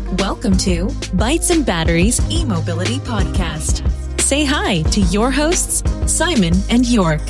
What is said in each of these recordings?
Welcome to Bytes and Batteries E-Mobility Podcast. Say hi to your hosts, Simon and York.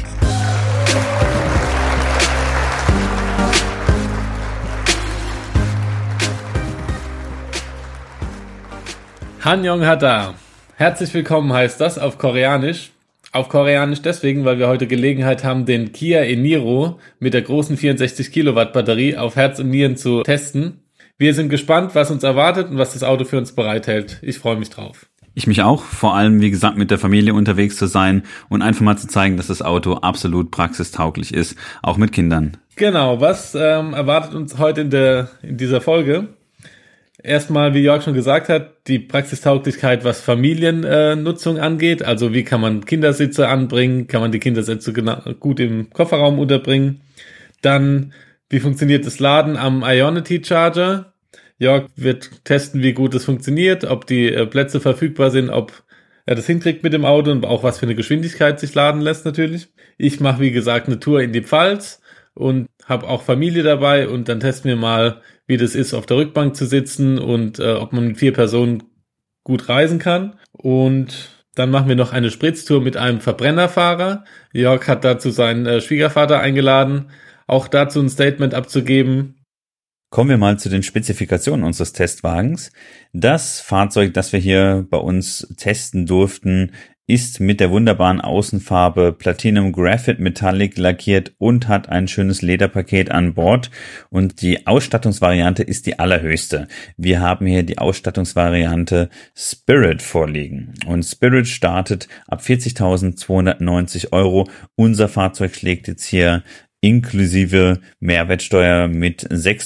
Annyeonghaseyo. Herzlich willkommen heißt das auf Koreanisch. Auf Koreanisch deswegen, weil wir heute Gelegenheit haben, den Kia e-Niro mit der großen 64 Kilowatt Batterie auf Herz und Nieren zu testen. Wir sind gespannt, was uns erwartet und was das Auto für uns bereithält. Ich freue mich drauf. Ich mich auch, vor allem, wie gesagt, mit der Familie unterwegs zu sein und einfach mal zu zeigen, dass das Auto absolut praxistauglich ist, auch mit Kindern. Genau, was erwartet uns heute in dieser Folge? Erstmal, wie Jörg schon gesagt hat, die Praxistauglichkeit, was Familiennutzung angeht. Also wie kann man Kindersitze anbringen, kann man die Kindersitze gut im Kofferraum unterbringen. Dann, wie funktioniert das Laden am Ionity Charger? Jörg wird testen, wie gut es funktioniert, ob die Plätze verfügbar sind, ob er das hinkriegt mit dem Auto und auch was für eine Geschwindigkeit sich laden lässt natürlich. Ich mache, wie gesagt, eine Tour in die Pfalz und habe auch Familie dabei und dann testen wir mal, wie das ist, auf der Rückbank zu sitzen und ob man mit 4 Personen gut reisen kann. Und dann machen wir noch eine Spritztour mit einem Verbrennerfahrer. Jörg hat dazu seinen Schwiegervater eingeladen, auch dazu ein Statement abzugeben. Kommen wir mal zu den Spezifikationen unseres Testwagens. Das Fahrzeug, das wir hier bei uns testen durften, ist mit der wunderbaren Außenfarbe Platinum Graphite Metallic lackiert und hat ein schönes Lederpaket an Bord. Und die Ausstattungsvariante ist die allerhöchste. Wir haben hier die Ausstattungsvariante Spirit vorliegen. Und Spirit startet ab 40.290 €. Unser Fahrzeug schlägt jetzt hier inklusive Mehrwertsteuer mit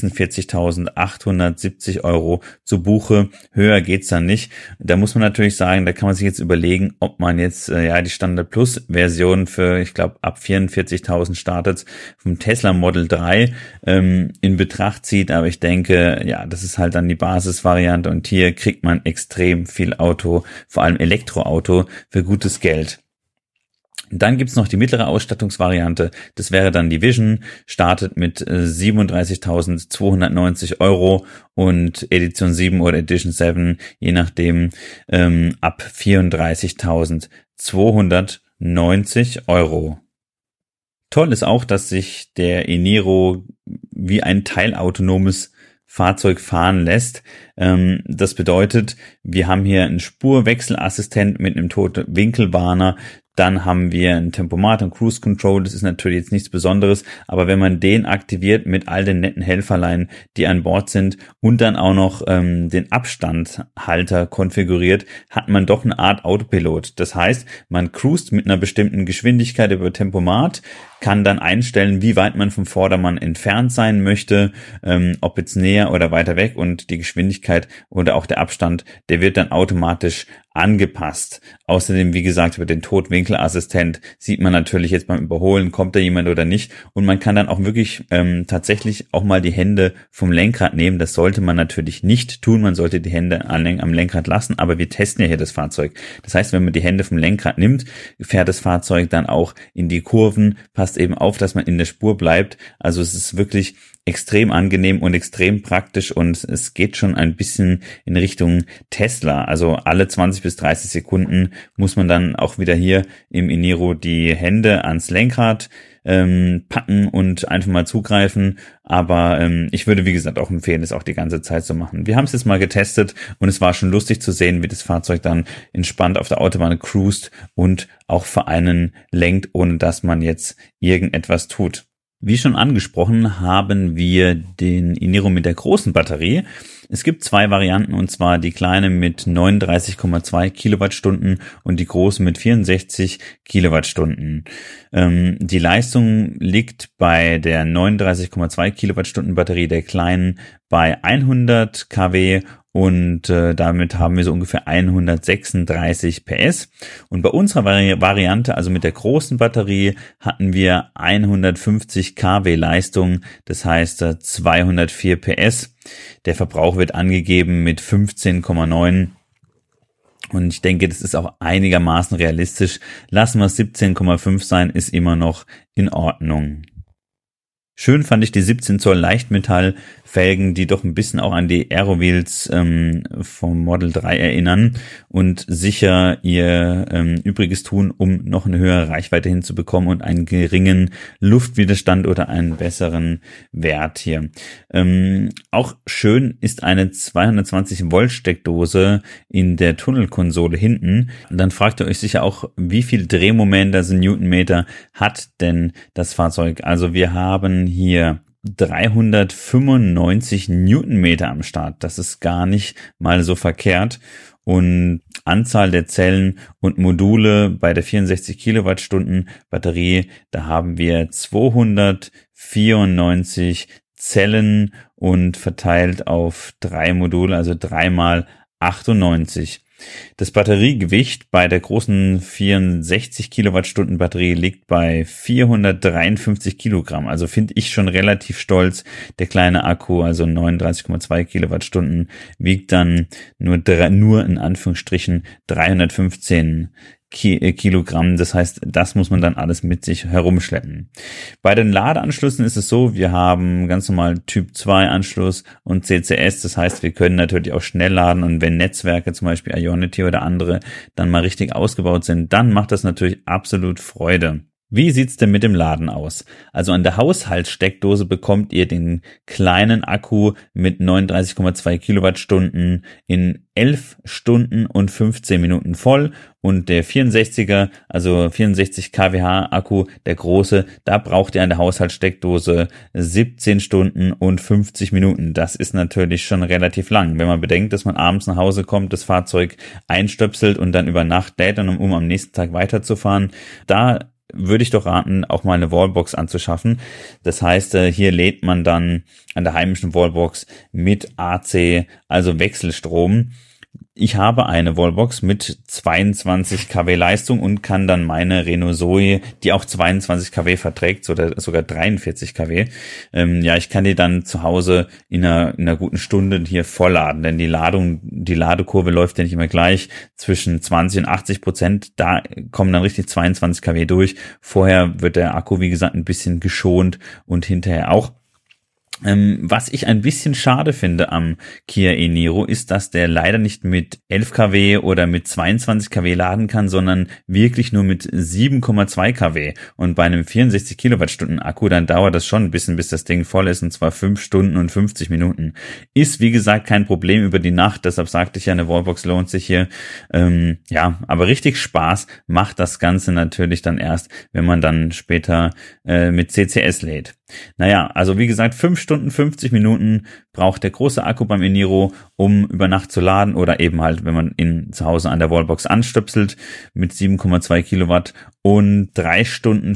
46.870 € zu Buche. Höher geht's dann nicht. Da muss man natürlich sagen, da kann man sich jetzt überlegen, ob man jetzt die Standard Plus Version für, ich glaube, ab 44.000 startet vom Tesla Model 3 in Betracht zieht. Aber ich denke, ja, das ist halt dann die Basisvariante und hier kriegt man extrem viel Auto, vor allem Elektroauto, für gutes Geld. Dann gibt's noch die mittlere Ausstattungsvariante, das wäre dann die Vision, startet mit 37.290 € und Edition 7 oder Edition 7, je nachdem, ab 34.290 €. Toll ist auch, dass sich der e-Niro wie ein teilautonomes Fahrzeug fahren lässt. Das bedeutet, wir haben hier einen Spurwechselassistent mit einem Totwinkelwarner. Dann haben wir ein Tempomat und Cruise Control, das ist natürlich jetzt nichts Besonderes, aber wenn man den aktiviert mit all den netten Helferlein, die an Bord sind und dann auch noch den Abstandhalter konfiguriert, hat man doch eine Art Autopilot. Das heißt, man cruist mit einer bestimmten Geschwindigkeit über Tempomat, kann dann einstellen, wie weit man vom Vordermann entfernt sein möchte, ob jetzt näher oder weiter weg, und die Geschwindigkeit oder auch der Abstand, der wird dann automatisch angepasst. Außerdem, wie gesagt, über den Totwinkelassistent sieht man natürlich jetzt beim Überholen, kommt da jemand oder nicht, und man kann dann auch wirklich tatsächlich auch mal die Hände vom Lenkrad nehmen. Das sollte man natürlich nicht tun, man sollte die Hände am Lenkrad lassen, aber wir testen ja hier das Fahrzeug. Das heißt, wenn man die Hände vom Lenkrad nimmt, fährt das Fahrzeug dann auch in die Kurven, passt eben auf, dass man in der Spur bleibt. Also es ist wirklich extrem angenehm und extrem praktisch und es geht schon ein bisschen in Richtung Tesla. Also alle 20 bis 30 Sekunden muss man dann auch wieder hier im e-Niro die Hände ans Lenkrad packen und einfach mal zugreifen. Aber ich würde, wie gesagt, auch empfehlen, es auch die ganze Zeit zu machen. Wir haben es jetzt mal getestet und es war schon lustig zu sehen, wie das Fahrzeug dann entspannt auf der Autobahn cruist und auch für einen lenkt, ohne dass man jetzt irgendetwas tut. Wie schon angesprochen, haben wir den e-Niro mit der großen Batterie. Es gibt 2 Varianten, und zwar die kleine mit 39,2 Kilowattstunden und die große mit 64 Kilowattstunden. Die Leistung liegt bei der 39,2 Kilowattstunden Batterie der kleinen bei 100 kW und damit haben wir so ungefähr 136 PS. Und bei unserer Variante, also mit der großen Batterie, hatten wir 150 kW Leistung, das heißt 204 PS. Der Verbrauch wird angegeben mit 15,9. Und ich denke, das ist auch einigermaßen realistisch. Lassen wir es 17,5 sein, ist immer noch in Ordnung. Schön fand ich die 17 Zoll Leichtmetallfelgen, die doch ein bisschen auch an die Aero-Wheels vom Model 3 erinnern und sicher ihr Übriges tun, um noch eine höhere Reichweite hinzubekommen und einen geringen Luftwiderstand oder einen besseren Wert hier. Auch schön ist eine 220 Volt Steckdose in der Tunnelkonsole hinten. Und dann fragt ihr euch sicher auch, wie viel Drehmoment, also Newtonmeter, hat denn das Fahrzeug? Also wir haben hier 395 Newtonmeter am Start. Das ist gar nicht mal so verkehrt. Und Anzahl der Zellen und Module bei der 64 Kilowattstunden Batterie, da haben wir 294 Zellen und verteilt auf 3 Module, also 3 mal 98. Das Batteriegewicht bei der großen 64 Kilowattstunden Batterie liegt bei 453 Kilogramm. Also finde ich schon relativ stolz. Der kleine Akku, also 39,2 Kilowattstunden, wiegt dann nur in Anführungsstrichen 315 Kilogramm. Das heißt, das muss man dann alles mit sich herumschleppen. Bei den Ladeanschlüssen ist es so, wir haben ganz normal Typ 2 Anschluss und CCS. Das heißt, wir können natürlich auch schnell laden und wenn Netzwerke, zum Beispiel Ionity oder andere, dann mal richtig ausgebaut sind, dann macht das natürlich absolut Freude. Wie sieht's denn mit dem Laden aus? Also an der Haushaltssteckdose bekommt ihr den kleinen Akku mit 39,2 Kilowattstunden in 11 Stunden und 15 Minuten voll und der 64er, also 64 kWh Akku, der große, da braucht ihr an der Haushaltssteckdose 17 Stunden und 50 Minuten. Das ist natürlich schon relativ lang. Wenn man bedenkt, dass man abends nach Hause kommt, das Fahrzeug einstöpselt und dann über Nacht lädt, um am nächsten Tag weiterzufahren, da würde ich doch raten, auch mal eine Wallbox anzuschaffen. Das heißt, hier lädt man dann an der heimischen Wallbox mit AC, also Wechselstrom. Ich habe eine Wallbox mit 22 kW Leistung und kann dann meine Renault Zoe, die auch 22 kW verträgt, oder sogar 43 kW, ich kann die dann zu Hause in einer guten Stunde hier vollladen, denn die Ladekurve läuft ja nicht immer gleich zwischen 20 und 80%, da kommen dann richtig 22 kW durch. Vorher wird der Akku, wie gesagt, ein bisschen geschont und hinterher auch. Was ich ein bisschen schade finde am Kia e-Niro ist, dass der leider nicht mit 11 kW oder mit 22 kW laden kann, sondern wirklich nur mit 7,2 kW. Und bei einem 64 Kilowattstunden Akku, dann dauert das schon ein bisschen, bis das Ding voll ist, und zwar 5 Stunden und 50 Minuten. Ist, wie gesagt, kein Problem über die Nacht, deshalb sagte ich ja, eine Wallbox lohnt sich hier. Aber richtig Spaß macht das Ganze natürlich dann erst, wenn man dann später mit CCS lädt. Naja, also wie gesagt, 5 Stunden, 50 Minuten braucht der große Akku beim e-Niro, um über Nacht zu laden oder eben halt, wenn man ihn zu Hause an der Wallbox anstöpselt mit 7,2 Kilowatt, und 3 Stunden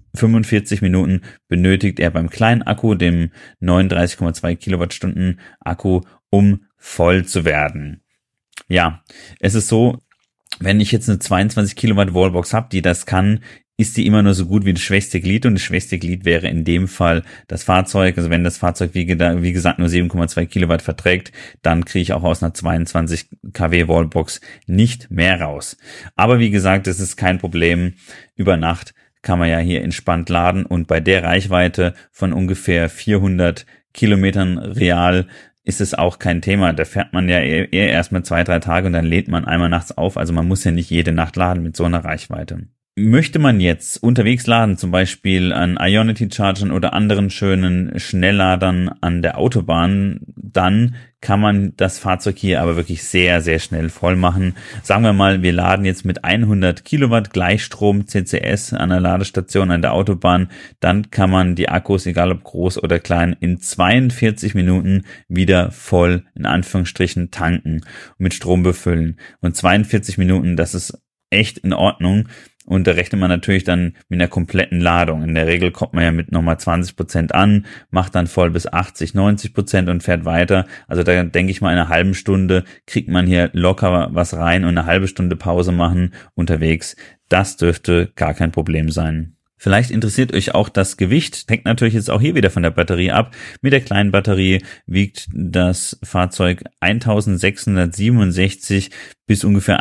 45 Minuten benötigt er beim kleinen Akku, dem 39,2 Kilowattstunden Akku, um voll zu werden. Ja, es ist so, wenn ich jetzt eine 22 Kilowatt Wallbox habe, die das kann, ist die immer nur so gut wie das schwächste Glied, und das schwächste Glied wäre in dem Fall das Fahrzeug. Also wenn das Fahrzeug, wie gesagt, nur 7,2 Kilowatt verträgt, dann kriege ich auch aus einer 22 kW Wallbox nicht mehr raus. Aber wie gesagt, das ist kein Problem. Über Nacht kann man ja hier entspannt laden, und bei der Reichweite von ungefähr 400 Kilometern real ist es auch kein Thema. Da fährt man ja eher erstmal 2-3 Tage und dann lädt man einmal nachts auf. Also man muss ja nicht jede Nacht laden mit so einer Reichweite. Möchte man jetzt unterwegs laden, zum Beispiel an Ionity-Chargern oder anderen schönen Schnellladern an der Autobahn, dann kann man das Fahrzeug hier aber wirklich sehr, sehr schnell voll machen. Sagen wir mal, wir laden jetzt mit 100 Kilowatt Gleichstrom CCS an der Ladestation an der Autobahn, dann kann man die Akkus, egal ob groß oder klein, in 42 Minuten wieder voll, in Anführungsstrichen, tanken und mit Strom befüllen. Und 42 Minuten, das ist echt in Ordnung. Und da rechnet man natürlich dann mit einer kompletten Ladung. In der Regel kommt man ja mit nochmal 20% an, macht dann voll bis 80-90% und fährt weiter. Also da denke ich mal, in einer halben Stunde kriegt man hier locker was rein, und eine halbe Stunde Pause machen unterwegs, das dürfte gar kein Problem sein. Vielleicht interessiert euch auch das Gewicht, hängt natürlich jetzt auch hier wieder von der Batterie ab. Mit der kleinen Batterie wiegt das Fahrzeug 1667 bis ungefähr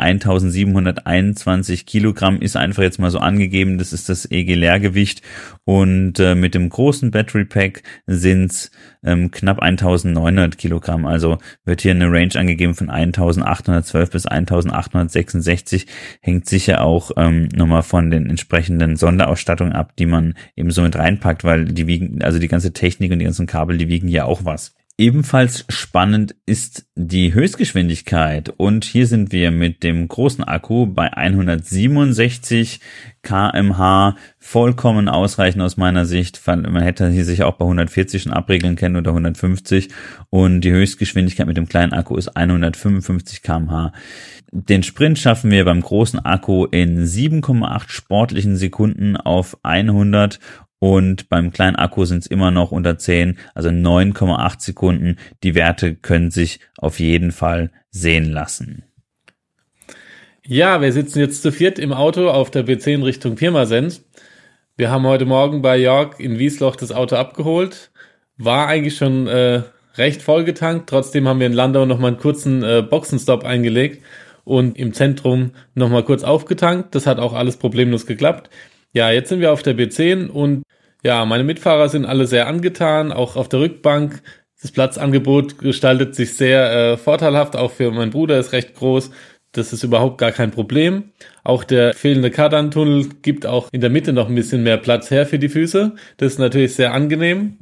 1721 Kilogramm ist einfach jetzt mal so angegeben. Das ist das EG-Leergewicht. Und mit dem großen Battery Pack sind's knapp 1900 Kilogramm. Also wird hier eine Range angegeben von 1812 bis 1866. Hängt sicher auch nochmal von den entsprechenden Sonderausstattungen ab, die man eben so mit reinpackt, weil die wiegen, also die ganze Technik und die ganzen Kabel, die wiegen ja auch was. Ebenfalls spannend ist die Höchstgeschwindigkeit und hier sind wir mit dem großen Akku bei 167 km/h vollkommen ausreichend aus meiner Sicht. Man hätte hier sich auch bei 140 schon abregeln können oder 150 und die Höchstgeschwindigkeit mit dem kleinen Akku ist 155 km/h. Den Sprint schaffen wir beim großen Akku in 7,8 sportlichen Sekunden auf 100 und beim kleinen Akku sind es immer noch unter 10, also 9,8 Sekunden. Die Werte können sich auf jeden Fall sehen lassen. Ja, wir sitzen jetzt zu viert im Auto auf der B10 Richtung Pirmasens. Wir haben heute Morgen bei Jörg in Wiesloch das Auto abgeholt. War eigentlich schon recht vollgetankt. Trotzdem haben wir in Landau nochmal einen kurzen Boxenstopp eingelegt und im Zentrum nochmal kurz aufgetankt. Das hat auch alles problemlos geklappt. Ja, jetzt sind wir auf der B10 und ja, meine Mitfahrer sind alle sehr angetan, auch auf der Rückbank. Das Platzangebot gestaltet sich sehr vorteilhaft, auch für meinen Bruder ist recht groß. Das ist überhaupt gar kein Problem. Auch der fehlende Kardantunnel gibt auch in der Mitte noch ein bisschen mehr Platz her für die Füße. Das ist natürlich sehr angenehm.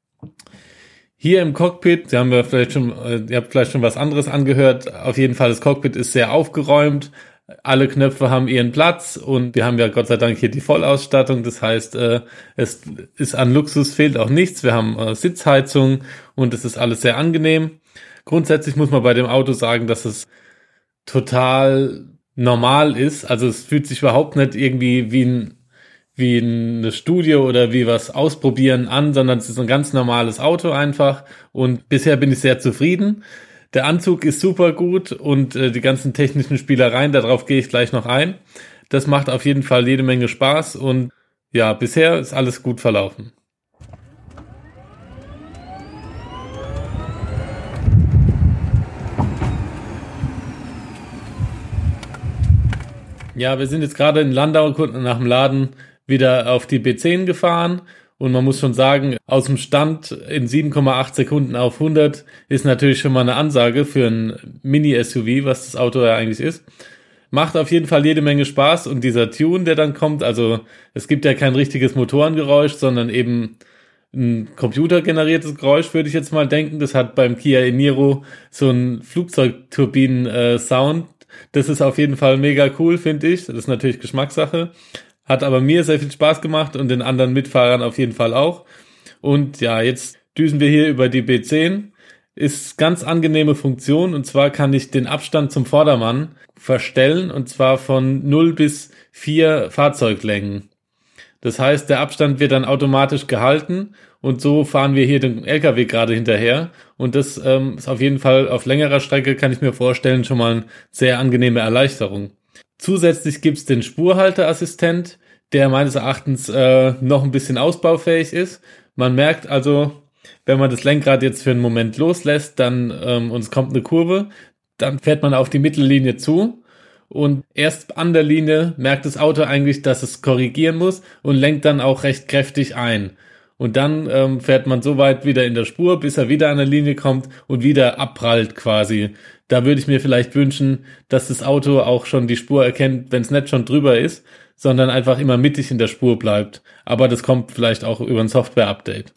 Hier im Cockpit, ihr habt vielleicht schon was anderes angehört. Auf jeden Fall, das Cockpit ist sehr aufgeräumt. Alle Knöpfe haben ihren Platz und wir haben ja Gott sei Dank hier die Vollausstattung. Das heißt, es ist an Luxus fehlt auch nichts. Wir haben Sitzheizung und es ist alles sehr angenehm. Grundsätzlich muss man bei dem Auto sagen, dass es total normal ist. Also es fühlt sich überhaupt nicht irgendwie wie eine Studie oder wie was ausprobieren an, sondern es ist ein ganz normales Auto einfach und bisher bin ich sehr zufrieden. Der Anzug ist super gut und die ganzen technischen Spielereien, darauf gehe ich gleich noch ein. Das macht auf jeden Fall jede Menge Spaß und ja, bisher ist alles gut verlaufen. Ja, wir sind jetzt gerade in Landau nach dem Laden wieder auf die B10 gefahren. Und man muss schon sagen, aus dem Stand in 7,8 Sekunden auf 100 ist natürlich schon mal eine Ansage für ein Mini-SUV, was das Auto ja eigentlich ist. Macht auf jeden Fall jede Menge Spaß und dieser Tune, der dann kommt, also es gibt ja kein richtiges Motorengeräusch, sondern eben ein computergeneriertes Geräusch, würde ich jetzt mal denken. Das hat beim Kia e-Niro so einen Flugzeugturbinen-Sound. Das ist auf jeden Fall mega cool, finde ich. Das ist natürlich Geschmackssache. Hat aber mir sehr viel Spaß gemacht und den anderen Mitfahrern auf jeden Fall auch. Und ja, jetzt düsen wir hier über die B10. Ist ganz angenehme Funktion und zwar kann ich den Abstand zum Vordermann verstellen und zwar von 0 bis 4 Fahrzeuglängen. Das heißt, der Abstand wird dann automatisch gehalten und so fahren wir hier den LKW gerade hinterher und das ist auf jeden Fall auf längerer Strecke, kann ich mir vorstellen, schon mal eine sehr angenehme Erleichterung. Zusätzlich gibt's den Spurhalteassistent, der meines Erachtens noch ein bisschen ausbaufähig ist. Man merkt also, wenn man das Lenkrad jetzt für einen Moment loslässt, dann und es kommt eine Kurve, dann fährt man auf die Mittellinie zu und erst an der Linie merkt das Auto eigentlich, dass es korrigieren muss und lenkt dann auch recht kräftig ein. Und dann fährt man so weit wieder in der Spur, bis er wieder an der Linie kommt und wieder abprallt quasi. Da würde ich mir vielleicht wünschen, dass das Auto auch schon die Spur erkennt, wenn es nicht schon drüber ist, sondern einfach immer mittig in der Spur bleibt. Aber das kommt vielleicht auch über ein Software-Update.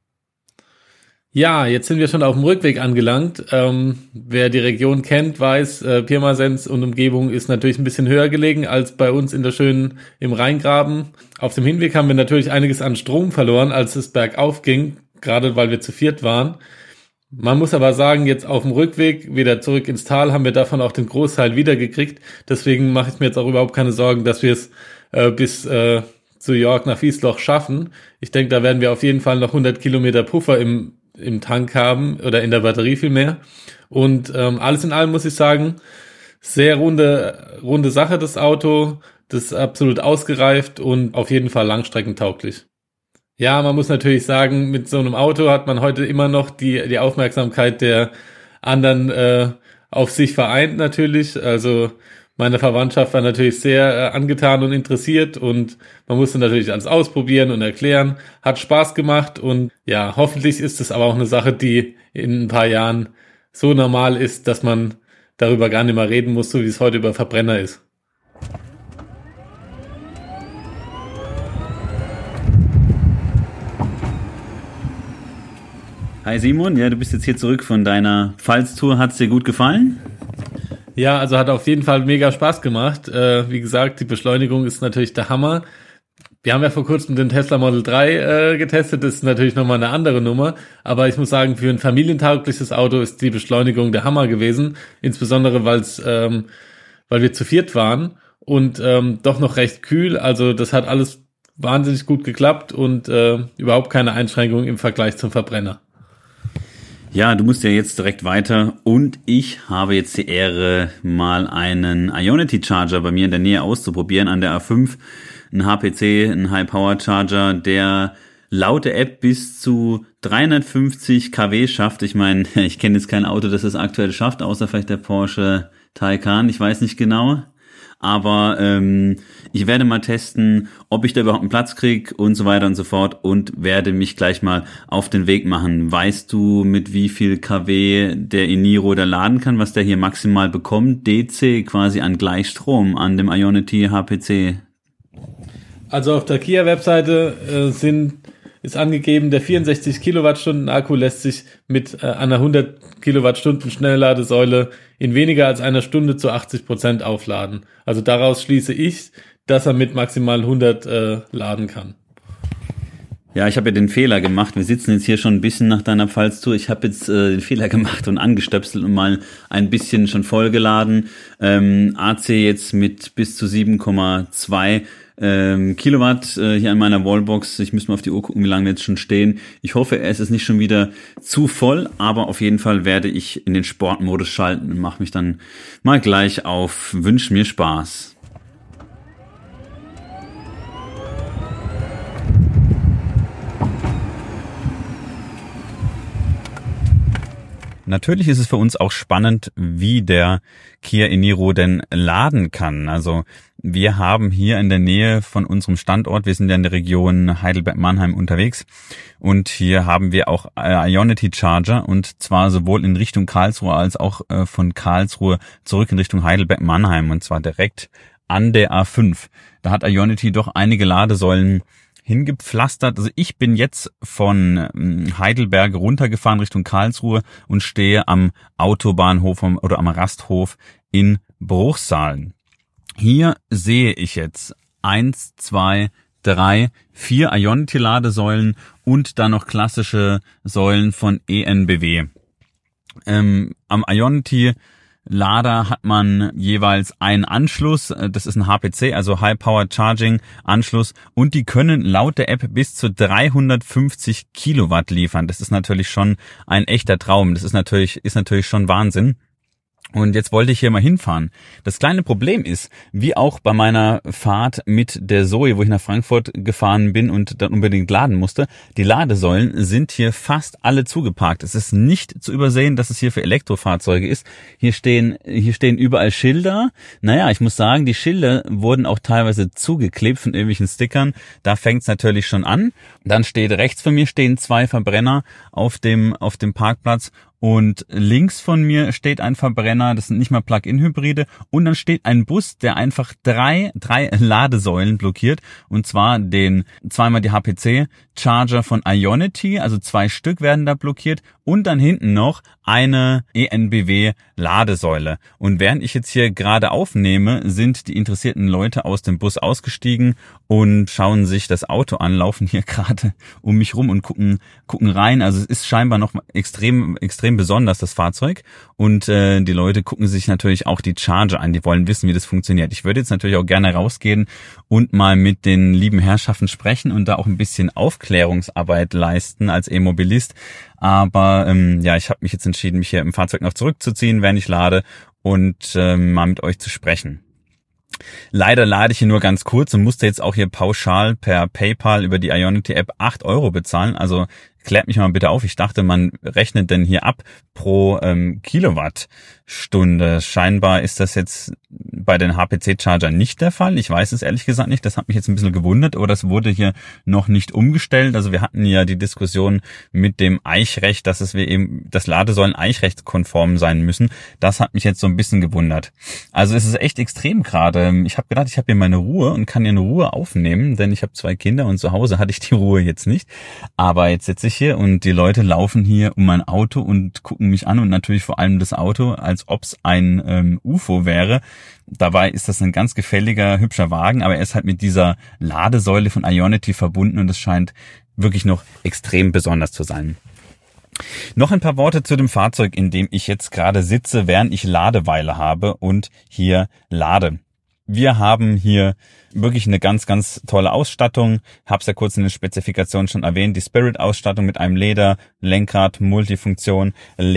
Ja, jetzt sind wir schon auf dem Rückweg angelangt. Wer die Region kennt, weiß, Pirmasens und Umgebung ist natürlich ein bisschen höher gelegen als bei uns in der schönen im Rheingraben. Auf dem Hinweg haben wir natürlich einiges an Strom verloren, als es bergauf ging, gerade weil wir zu viert waren. Man muss aber sagen, jetzt auf dem Rückweg wieder zurück ins Tal haben wir davon auch den Großteil wiedergekriegt. Deswegen mache ich mir jetzt auch überhaupt keine Sorgen, dass wir es bis zu Jörg nach Wiesloch schaffen. Ich denke, da werden wir auf jeden Fall noch 100 Kilometer Puffer im Tank haben oder in der Batterie vielmehr. Und alles in allem muss ich sagen, sehr runde Sache das Auto. Das ist absolut ausgereift und auf jeden Fall langstreckentauglich. Ja, man muss natürlich sagen, mit so einem Auto hat man heute immer noch die Aufmerksamkeit der anderen auf sich vereint natürlich. Also meine Verwandtschaft war natürlich sehr angetan und interessiert und man musste natürlich alles ausprobieren und erklären. Hat Spaß gemacht und ja, hoffentlich ist es aber auch eine Sache, die in ein paar Jahren so normal ist, dass man darüber gar nicht mehr reden muss, so wie es heute über Verbrenner ist. Hi Simon, ja, du bist jetzt hier zurück von deiner Pfalz-Tour. Hat's dir gut gefallen? Ja, also hat auf jeden Fall mega Spaß gemacht. Wie gesagt, die Beschleunigung ist natürlich der Hammer. Wir haben ja vor kurzem den Tesla Model 3 getestet, das ist natürlich nochmal eine andere Nummer, aber ich muss sagen, für ein familientaugliches Auto ist die Beschleunigung der Hammer gewesen, insbesondere weil wir zu viert waren und doch noch recht kühl, also das hat alles wahnsinnig gut geklappt und überhaupt keine Einschränkung im Vergleich zum Verbrenner. Ja, du musst ja jetzt direkt weiter und ich habe jetzt die Ehre, mal einen Ionity Charger bei mir in der Nähe auszuprobieren an der A5. Ein HPC, ein High-Power-Charger, der laut der App bis zu 350 kW schafft. Ich meine, ich kenne jetzt kein Auto, das es aktuell schafft, außer vielleicht der Porsche Taycan, ich weiß nicht genau. Aber ich werde mal testen, ob ich da überhaupt einen Platz kriege und so weiter und so fort und werde mich gleich mal auf den Weg machen. Weißt du, mit wie viel kW der Eniro da laden kann, was der hier maximal bekommt? DC quasi an Gleichstrom an dem Ionity HPC. Also auf der Kia-Webseite ist angegeben, der 64 Kilowattstunden Akku lässt sich mit einer 100 Kilowattstunden Schnellladesäule in weniger als einer Stunde zu 80% aufladen. Also daraus schließe ich, dass er mit maximal 100 laden kann. Ja, ich habe ja den Fehler gemacht. Wir sitzen jetzt hier schon ein bisschen nach deiner Pfalz-Tour. Ich habe jetzt den Fehler gemacht und angestöpselt und mal ein bisschen schon vollgeladen. AC jetzt mit bis zu 7,2 Kilowatt hier an meiner Wallbox. Ich muss mal auf die Uhr gucken, wie lange wir jetzt schon stehen. Ich hoffe, es ist nicht schon wieder zu voll, aber auf jeden Fall werde ich in den Sportmodus schalten und mache mich dann mal gleich auf Wünsch mir Spaß. Natürlich ist es für uns auch spannend, wie der Kia Eniro denn laden kann. Also wir haben hier in der Nähe von unserem Standort, wir sind ja in der Region Heidelberg-Mannheim unterwegs und hier haben wir auch Ionity Charger und zwar sowohl in Richtung Karlsruhe als auch von Karlsruhe zurück in Richtung Heidelberg-Mannheim und zwar direkt an der A5. Da hat Ionity doch einige Ladesäulen hingepflastert. Also ich bin jetzt von Heidelberg runtergefahren Richtung Karlsruhe und stehe am Autobahnhof oder am Rasthof in Bruchsal. Hier sehe ich jetzt 1, 2, 3, 4 Ionity-Ladesäulen und dann noch klassische Säulen von ENBW. Am Ionity Lader hat man jeweils einen Anschluss, das ist ein HPC, also High Power Charging Anschluss und die können laut der App bis zu 350 Kilowatt liefern. Das ist natürlich schon ein echter Traum, das ist natürlich schon Wahnsinn. Und jetzt wollte ich hier mal hinfahren. Das kleine Problem ist, wie auch bei meiner Fahrt mit der Zoe, wo ich nach Frankfurt gefahren bin und dann unbedingt laden musste, die Ladesäulen sind hier fast alle zugeparkt. Es ist nicht zu übersehen, dass es hier für Elektrofahrzeuge ist. Hier stehen überall Schilder. Naja, ich muss sagen, die Schilder wurden auch teilweise zugeklebt von irgendwelchen Stickern. Da fängt es natürlich schon an. Dann steht rechts von mir stehen 2 Verbrenner auf dem Parkplatz. Und links von mir steht ein Verbrenner, das sind nicht mal Plug-in-Hybride. Und dann steht ein Bus, der einfach drei Ladesäulen blockiert. Und zwar zweimal die HPC-Charger von Ionity, also 2 Stück werden da blockiert. Und dann hinten noch eine ENBW-Ladesäule. Und während ich jetzt hier gerade aufnehme, sind die interessierten Leute aus dem Bus ausgestiegen und schauen sich das Auto an, laufen hier gerade um mich rum und gucken rein. Also es ist scheinbar noch extrem besonders, das Fahrzeug. Und die Leute gucken sich natürlich auch die Charger an. Die wollen wissen, wie das funktioniert. Ich würde jetzt natürlich auch gerne rausgehen und mal mit den lieben Herrschaften sprechen und da auch ein bisschen Aufklärungsarbeit leisten als E-Mobilist. Aber ich habe mich jetzt entschieden, mich hier im Fahrzeug noch zurückzuziehen, während ich lade und mal mit euch zu sprechen. Leider lade ich hier nur ganz kurz und musste jetzt auch hier pauschal per PayPal über die Ionity App 8 € bezahlen. Also klärt mich mal bitte auf. Ich dachte, man rechnet denn hier ab pro Kilowattstunde. Scheinbar ist das jetzt bei den HPC-Chargern nicht der Fall. Ich weiß es ehrlich gesagt nicht. Das hat mich jetzt ein bisschen gewundert, oder es wurde hier noch nicht umgestellt. Also wir hatten ja die Diskussion mit dem Eichrecht, dass das Ladesäulen eichrechtskonform sein müssen. Das hat mich jetzt so ein bisschen gewundert. Also es ist echt extrem gerade. Ich habe gedacht, ich habe hier meine Ruhe und kann hier in Ruhe aufnehmen, denn ich habe 2 Kinder und zu Hause hatte ich die Ruhe jetzt nicht. Aber jetzt sitze ich hier und die Leute laufen hier um mein Auto und gucken mich an und natürlich vor allem das Auto, als ob es ein UFO wäre. Dabei ist das ein ganz gefälliger, hübscher Wagen, aber er ist halt mit dieser Ladesäule von Ionity verbunden und es scheint wirklich noch extrem besonders zu sein. Noch ein paar Worte zu dem Fahrzeug, in dem ich jetzt gerade sitze, während ich Ladeweile habe und hier lade. Wir haben hier wirklich eine ganz, ganz tolle Ausstattung. Hab's ja kurz in der Spezifikation schon erwähnt. Die Spirit-Ausstattung mit einem Leder-Lenkrad, Multifunktion,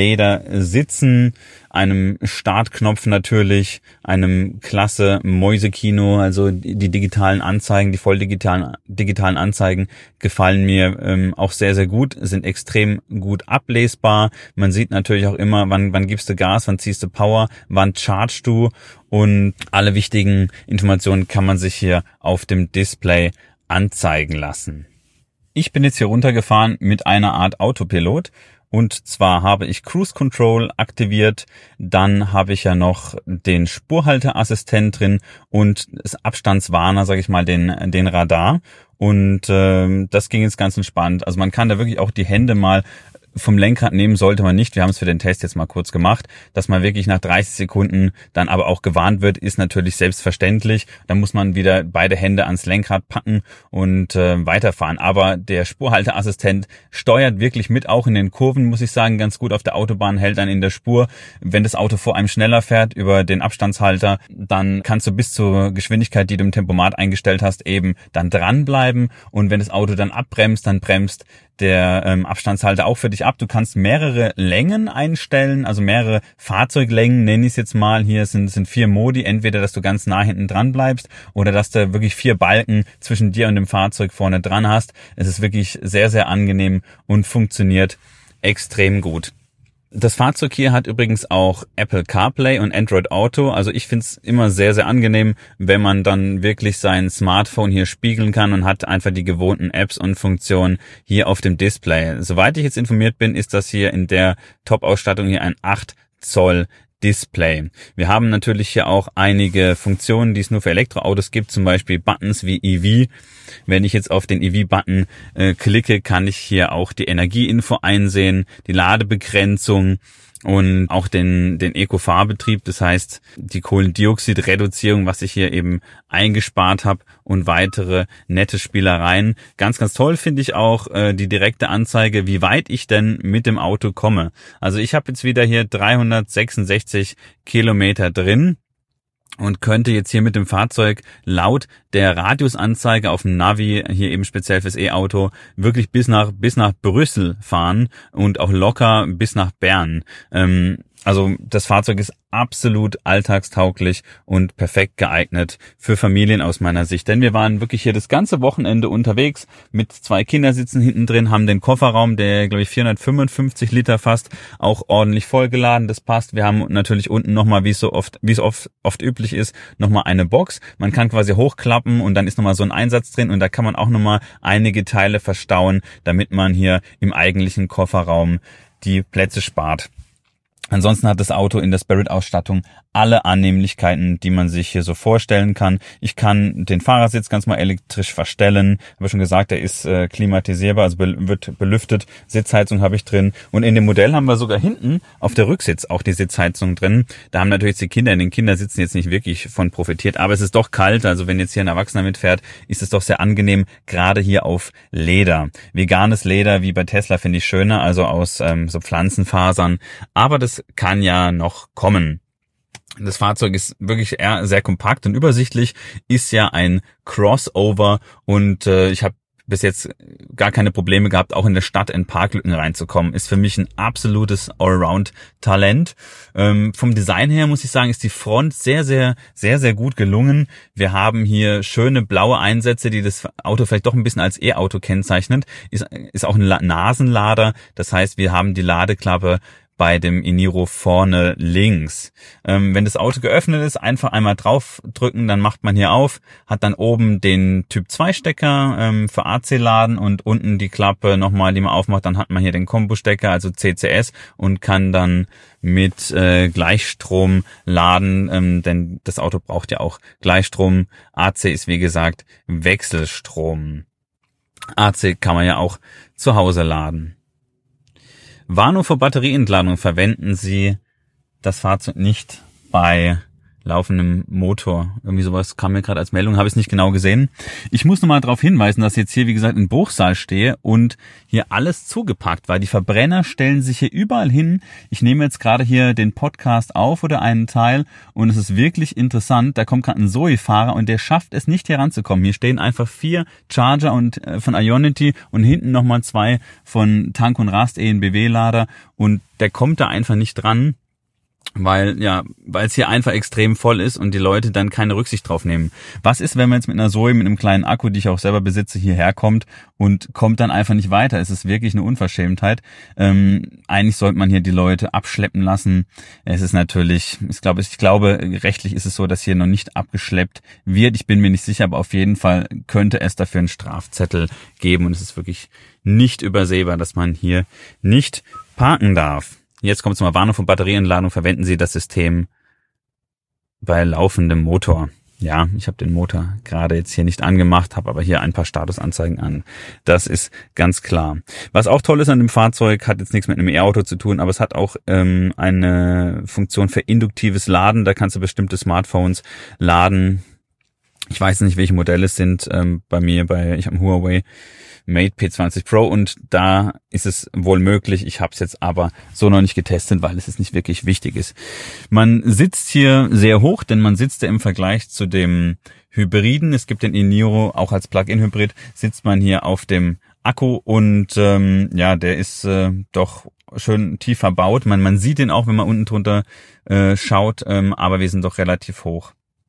Ledersitzen, einem Startknopf natürlich, einem klasse Mäusekino, also die digitalen Anzeigen, die voll digitalen Anzeigen gefallen mir auch sehr, sehr gut, sind extrem gut ablesbar. Man sieht natürlich auch immer, wann gibst du Gas, wann ziehst du Power, wann chargst du, und alle wichtigen Informationen kann man sich hier auf dem Display anzeigen lassen. Ich bin jetzt hier runtergefahren mit einer Art Autopilot. Und zwar habe ich Cruise Control aktiviert, dann habe ich ja noch den Spurhalteassistent drin und das Abstandswarner, sage ich mal, den Radar. Und das ging jetzt ganz entspannt. Also man kann da wirklich auch die Hände mal vom Lenkrad nehmen, sollte man nicht. Wir haben es für den Test jetzt mal kurz gemacht. Dass man wirklich nach 30 Sekunden dann aber auch gewarnt wird, ist natürlich selbstverständlich. Dann muss man wieder beide Hände ans Lenkrad packen und weiterfahren. Aber der Spurhalteassistent steuert wirklich mit, auch in den Kurven, muss ich sagen, ganz gut auf der Autobahn, hält dann in der Spur. Wenn das Auto vor einem schneller fährt über den Abstandshalter, dann kannst du bis zur Geschwindigkeit, die du im Tempomat eingestellt hast, eben dann dranbleiben. Und wenn das Auto dann abbremst, dann bremst der Abstandshalter auch für dich ab. Du kannst mehrere Längen einstellen, also mehrere Fahrzeuglängen, nenne ich es jetzt mal. Hier sind 4 Modi, entweder, dass du ganz nah hinten dran bleibst oder dass du wirklich 4 Balken zwischen dir und dem Fahrzeug vorne dran hast. Es ist wirklich sehr, sehr angenehm und funktioniert extrem gut. Das Fahrzeug hier hat übrigens auch Apple CarPlay und Android Auto. Also ich finde es immer sehr, sehr angenehm, wenn man dann wirklich sein Smartphone hier spiegeln kann und hat einfach die gewohnten Apps und Funktionen hier auf dem Display. Soweit ich jetzt informiert bin, ist das hier in der Top-Ausstattung hier ein 8 Zoll Display. Wir haben natürlich hier auch einige Funktionen, die es nur für Elektroautos gibt, zum Beispiel Buttons wie EV. Wenn ich jetzt auf den EV-Button klicke, kann ich hier auch die Energieinfo einsehen, die Ladebegrenzung und auch den Eco-Fahrbetrieb, das heißt die Kohlendioxidreduzierung, was ich hier eben eingespart habe, und weitere nette Spielereien. Ganz, ganz toll finde ich auch die direkte Anzeige, wie weit ich denn mit dem Auto komme. Also ich habe jetzt wieder hier 366 Kilometer drin und könnte jetzt hier mit dem Fahrzeug laut der Radiusanzeige auf dem Navi, hier eben speziell fürs E-Auto, wirklich bis nach Brüssel fahren und auch locker bis nach Bern. Also das Fahrzeug ist absolut alltagstauglich und perfekt geeignet für Familien aus meiner Sicht. Denn wir waren wirklich hier das ganze Wochenende unterwegs mit 2 Kindersitzen hinten drin, haben den Kofferraum, der glaube ich 455 Liter fast, auch ordentlich vollgeladen. Das passt. Wir haben natürlich unten nochmal, wie es oft üblich ist, nochmal eine Box. Man kann quasi hochklappen und dann ist nochmal so ein Einsatz drin und da kann man auch nochmal einige Teile verstauen, damit man hier im eigentlichen Kofferraum die Plätze spart. Ansonsten hat das Auto in der Spirit-Ausstattung alle Annehmlichkeiten, die man sich hier so vorstellen kann. Ich kann den Fahrersitz ganz mal elektrisch verstellen. Habe schon gesagt, der ist klimatisierbar, also wird belüftet. Sitzheizung habe ich drin. Und in dem Modell haben wir sogar hinten auf der Rücksitz auch die Sitzheizung drin. Da haben natürlich die Kinder in den Kindersitzen jetzt nicht wirklich von profitiert. Aber es ist doch kalt. Also wenn jetzt hier ein Erwachsener mitfährt, ist es doch sehr angenehm, gerade hier auf Leder. Veganes Leder, wie bei Tesla, finde ich schöner, also aus so Pflanzenfasern. Aber das kann ja noch kommen. Das Fahrzeug ist wirklich eher sehr kompakt und übersichtlich, ist ja ein Crossover und ich habe bis jetzt gar keine Probleme gehabt, auch in der Stadt in Parklücken reinzukommen. Ist für mich ein absolutes Allround-Talent. Vom Design her muss ich sagen, ist die Front sehr, sehr, sehr, sehr gut gelungen. Wir haben hier schöne blaue Einsätze, die das Auto vielleicht doch ein bisschen als E-Auto kennzeichnet. Ist auch ein Nasenlader. Das heißt, wir haben die Ladeklappe bei dem Eniro vorne links. Wenn das Auto geöffnet ist, einfach einmal draufdrücken, dann macht man hier auf, hat dann oben den Typ 2 Stecker für AC-Laden und unten die Klappe nochmal, die man aufmacht, dann hat man hier den Kombo-Stecker, also CCS, und kann dann mit Gleichstrom laden, denn das Auto braucht ja auch Gleichstrom. AC ist wie gesagt Wechselstrom. AC kann man ja auch zu Hause laden. Warnung vor Batterieentladung: verwenden Sie das Fahrzeug nicht bei laufendem Motor. Irgendwie sowas kam mir gerade als Meldung, habe ich es nicht genau gesehen. Ich muss nochmal darauf hinweisen, dass ich jetzt hier, wie gesagt, in Bruchsal stehe und hier alles zugepackt war. Die Verbrenner stellen sich hier überall hin. Ich nehme jetzt gerade hier den Podcast auf oder einen Teil und es ist wirklich interessant. Da kommt gerade ein Zoe-Fahrer und der schafft es nicht hier ranzukommen. Hier stehen einfach 4 Charger und von Ionity und hinten nochmal 2 von Tank und Rast ENBW-Lader und der kommt da einfach nicht dran, weil es hier einfach extrem voll ist und die Leute dann keine Rücksicht drauf nehmen. Was ist, wenn man jetzt mit einer Zoe, mit einem kleinen Akku, die ich auch selber besitze, hierher kommt und kommt dann einfach nicht weiter? Es ist wirklich eine Unverschämtheit. Eigentlich sollte man hier die Leute abschleppen lassen. Es ist natürlich, ich glaube, rechtlich ist es so, dass hier noch nicht abgeschleppt wird. Ich bin mir nicht sicher, aber auf jeden Fall könnte es dafür einen Strafzettel geben und es ist wirklich nicht übersehbar, dass man hier nicht parken darf. Jetzt kommt zum Warnung von Batterieentladung. Verwenden Sie das System bei laufendem Motor. Ja, ich habe den Motor gerade jetzt hier nicht angemacht, habe aber hier ein paar Statusanzeigen an. Das ist ganz klar. Was auch toll ist an dem Fahrzeug, hat jetzt nichts mit einem E-Auto zu tun, aber es hat auch eine Funktion für induktives Laden. Da kannst du bestimmte Smartphones laden. Ich weiß nicht, welche Modelle es sind. Bei mir, ich habe einen Huawei Mate P20 Pro und da ist es wohl möglich. Ich habe es jetzt aber so noch nicht getestet, weil es nicht wirklich wichtig ist. Man sitzt hier sehr hoch, denn man sitzt ja im Vergleich zu dem Hybriden. Es gibt den Eniro auch als Plug-in-Hybrid, sitzt man hier auf dem Akku und der ist doch schön tief verbaut. Man sieht den auch, wenn man unten drunter schaut, aber wir sind doch relativ hoch.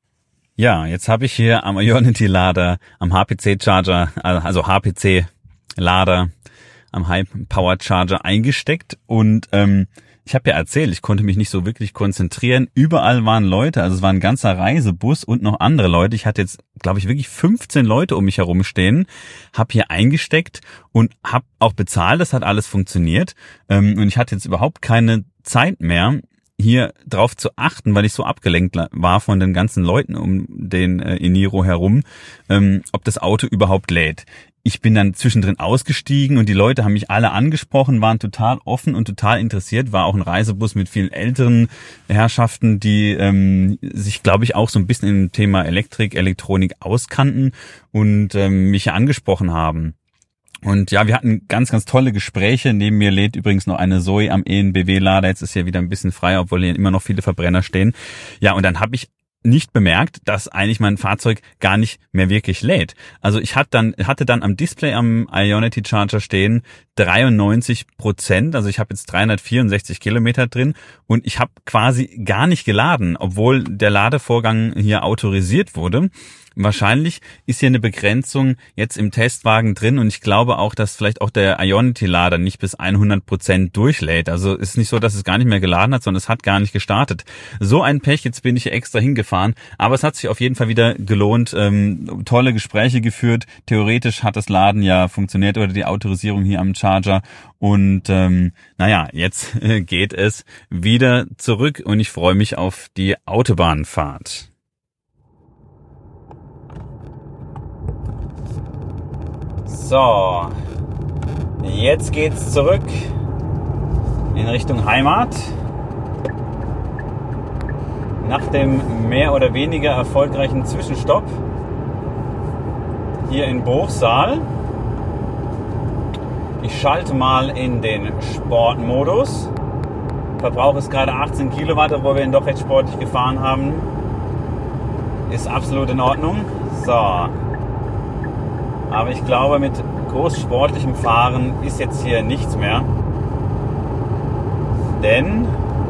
Ja, jetzt habe ich hier am Ionity-Lader, am HPC-Charger, also HPC-Lader, am High-Power-Charger eingesteckt und ich habe ja erzählt, ich konnte mich nicht so wirklich konzentrieren. Überall waren Leute, also es war ein ganzer Reisebus und noch andere Leute. Ich hatte jetzt, glaube ich, wirklich 15 Leute um mich herum stehen, habe hier eingesteckt und habe auch bezahlt, das hat alles funktioniert und ich hatte jetzt überhaupt keine Zeit mehr, hier drauf zu achten, weil ich so abgelenkt war von den ganzen Leuten um den Eniro herum, ob das Auto überhaupt lädt. Ich bin dann zwischendrin ausgestiegen und die Leute haben mich alle angesprochen, waren total offen und total interessiert. War auch ein Reisebus mit vielen älteren Herrschaften, die sich, glaube ich, auch so ein bisschen im Thema Elektronik auskannten und mich angesprochen haben. Und ja, wir hatten ganz, ganz tolle Gespräche. Neben mir lädt übrigens noch eine Zoe am ENBW-Lader. Jetzt ist hier wieder ein bisschen frei, obwohl hier immer noch viele Verbrenner stehen. Ja, und dann habe ich nicht bemerkt, dass eigentlich mein Fahrzeug gar nicht mehr wirklich lädt. Also ich hatte dann am Display am Ionity Charger stehen 93%, also ich habe jetzt 364 Kilometer drin und ich habe quasi gar nicht geladen, obwohl der Ladevorgang hier autorisiert wurde. Wahrscheinlich ist hier eine Begrenzung jetzt im Testwagen drin und ich glaube auch, dass vielleicht auch der Ionity-Lader nicht bis 100% durchlädt. Also es ist nicht so, dass es gar nicht mehr geladen hat, sondern es hat gar nicht gestartet. So ein Pech, jetzt bin ich hier extra hingefahren, aber es hat sich auf jeden Fall wieder gelohnt, tolle Gespräche geführt. Theoretisch hat das Laden ja funktioniert oder die Autorisierung hier am Charger und jetzt geht es wieder zurück und ich freue mich auf die Autobahnfahrt. So, jetzt geht's zurück in Richtung Heimat. Nach dem mehr oder weniger erfolgreichen Zwischenstopp hier in Bruchsal. Ich schalte mal in den Sportmodus. Verbrauch ist gerade 18 Kilowatt, obwohl wir ihn doch recht sportlich gefahren haben. Ist absolut in Ordnung. So. Aber ich glaube, mit großsportlichem Fahren ist jetzt hier nichts mehr. Denn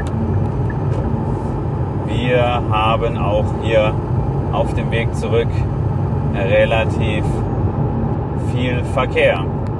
wir haben auch hier auf dem Weg zurück relativ viel Verkehr.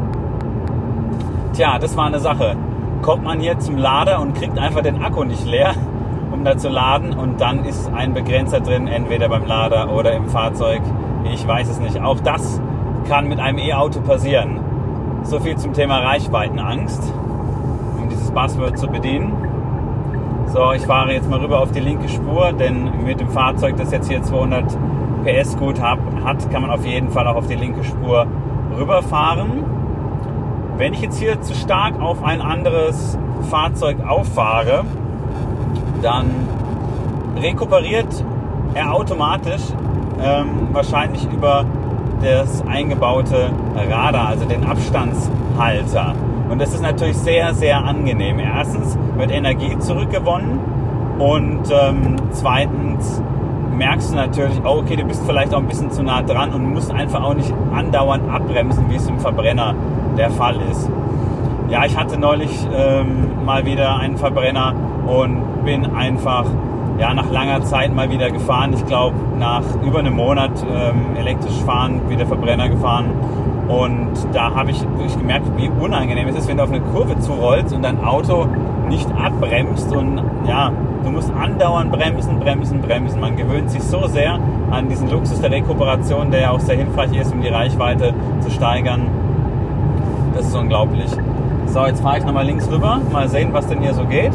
Tja, das war eine Sache. Kommt man hier zum Lader und kriegt einfach den Akku nicht leer, um da zu laden, und dann ist ein Begrenzer drin, entweder beim Lader oder im Fahrzeug. Ich weiß es nicht. Auch das kann mit einem E-Auto passieren. So viel zum Thema Reichweitenangst, um dieses Buzzword zu bedienen. So, ich fahre jetzt mal rüber auf die linke Spur, denn mit dem Fahrzeug, das jetzt hier 200 PS gut hat, kann man auf jeden Fall auch auf die linke Spur rüberfahren. Wenn ich jetzt hier zu stark auf ein anderes Fahrzeug auffahre, dann rekuperiert er automatisch wahrscheinlich über das eingebaute Radar, also den Abstandshalter. Und das ist natürlich sehr, sehr angenehm. Erstens wird Energie zurückgewonnen und zweitens merkst du natürlich, oh, okay, du bist vielleicht auch ein bisschen zu nah dran und musst einfach auch nicht andauernd abbremsen, wie es im Verbrenner der Fall ist. Ja, ich hatte neulich mal wieder einen Verbrenner und bin einfach nach langer Zeit mal wieder gefahren. Ich glaube, nach über einem Monat elektrisch fahren, wieder Verbrenner gefahren. Und da habe ich wirklich gemerkt, wie unangenehm es ist, wenn du auf eine Kurve zurollst und dein Auto nicht abbremst. Und ja, du musst andauernd bremsen. Man gewöhnt sich so sehr an diesen Luxus der Rekuperation, der ja auch sehr hilfreich ist, um die Reichweite zu steigern. Das ist unglaublich. So, jetzt fahre ich nochmal links rüber. Mal sehen, was denn hier so geht.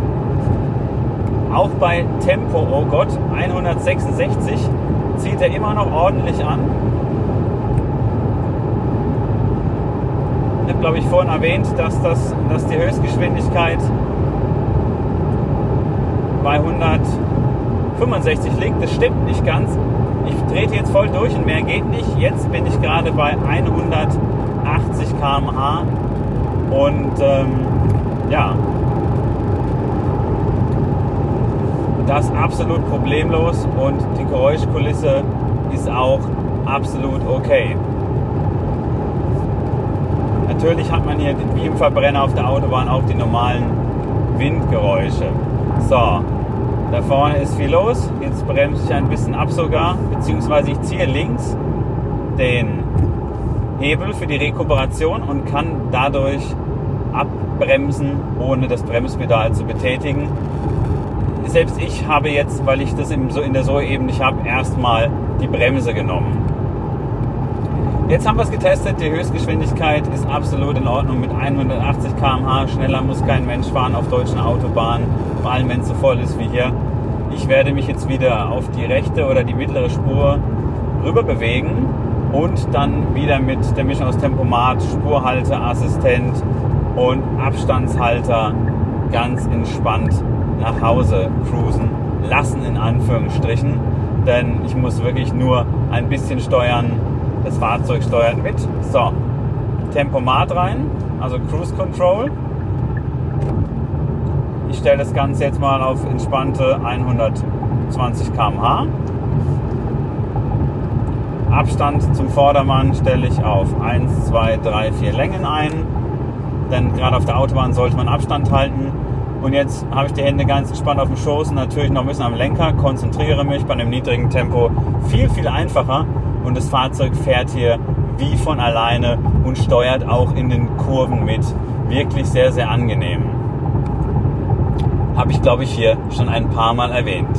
Auch bei Tempo, oh Gott, 166 zieht er immer noch ordentlich an. Ich habe, glaube ich, vorhin erwähnt, dass die Höchstgeschwindigkeit bei 165 liegt. Das stimmt nicht ganz. Ich trete jetzt voll durch und mehr geht nicht. Jetzt bin ich gerade bei 180 km/h und das absolut problemlos und die Geräuschkulisse ist auch absolut okay. Natürlich hat man hier wie im Verbrenner auf der Autobahn auch die normalen Windgeräusche. So, da vorne ist viel los. Jetzt bremse ich ein bisschen ab sogar, beziehungsweise ich ziehe links den Hebel für die Rekuperation und kann dadurch abbremsen, ohne das Bremspedal zu betätigen. Selbst ich habe jetzt, weil ich das in der SOE-Ebene nicht habe, erstmal die Bremse genommen. Jetzt haben wir es getestet, die Höchstgeschwindigkeit ist absolut in Ordnung mit 180 km/h. Schneller muss kein Mensch fahren auf deutschen Autobahnen, vor allem wenn es so voll ist wie hier. Ich werde mich jetzt wieder auf die rechte oder die mittlere Spur rüber bewegen und dann wieder mit der Mischung aus Tempomat, Spurhalter, Assistent und Abstandshalter ganz entspannt nach Hause cruisen lassen, in Anführungsstrichen, denn ich muss wirklich nur ein bisschen steuern, das Fahrzeug steuert mit. So, Tempomat rein, also Cruise Control. Ich stelle das Ganze jetzt mal auf entspannte 120 km/h. Abstand zum Vordermann stelle ich auf 1, 2, 3, 4 Längen ein, denn gerade auf der Autobahn sollte man Abstand halten. Und jetzt habe ich die Hände ganz entspannt auf dem Schoß und natürlich noch ein bisschen am Lenker, konzentriere mich bei einem niedrigen Tempo viel, viel einfacher und das Fahrzeug fährt hier wie von alleine und steuert auch in den Kurven mit. Wirklich sehr, sehr angenehm. Habe ich, glaube ich, hier schon ein paar Mal erwähnt.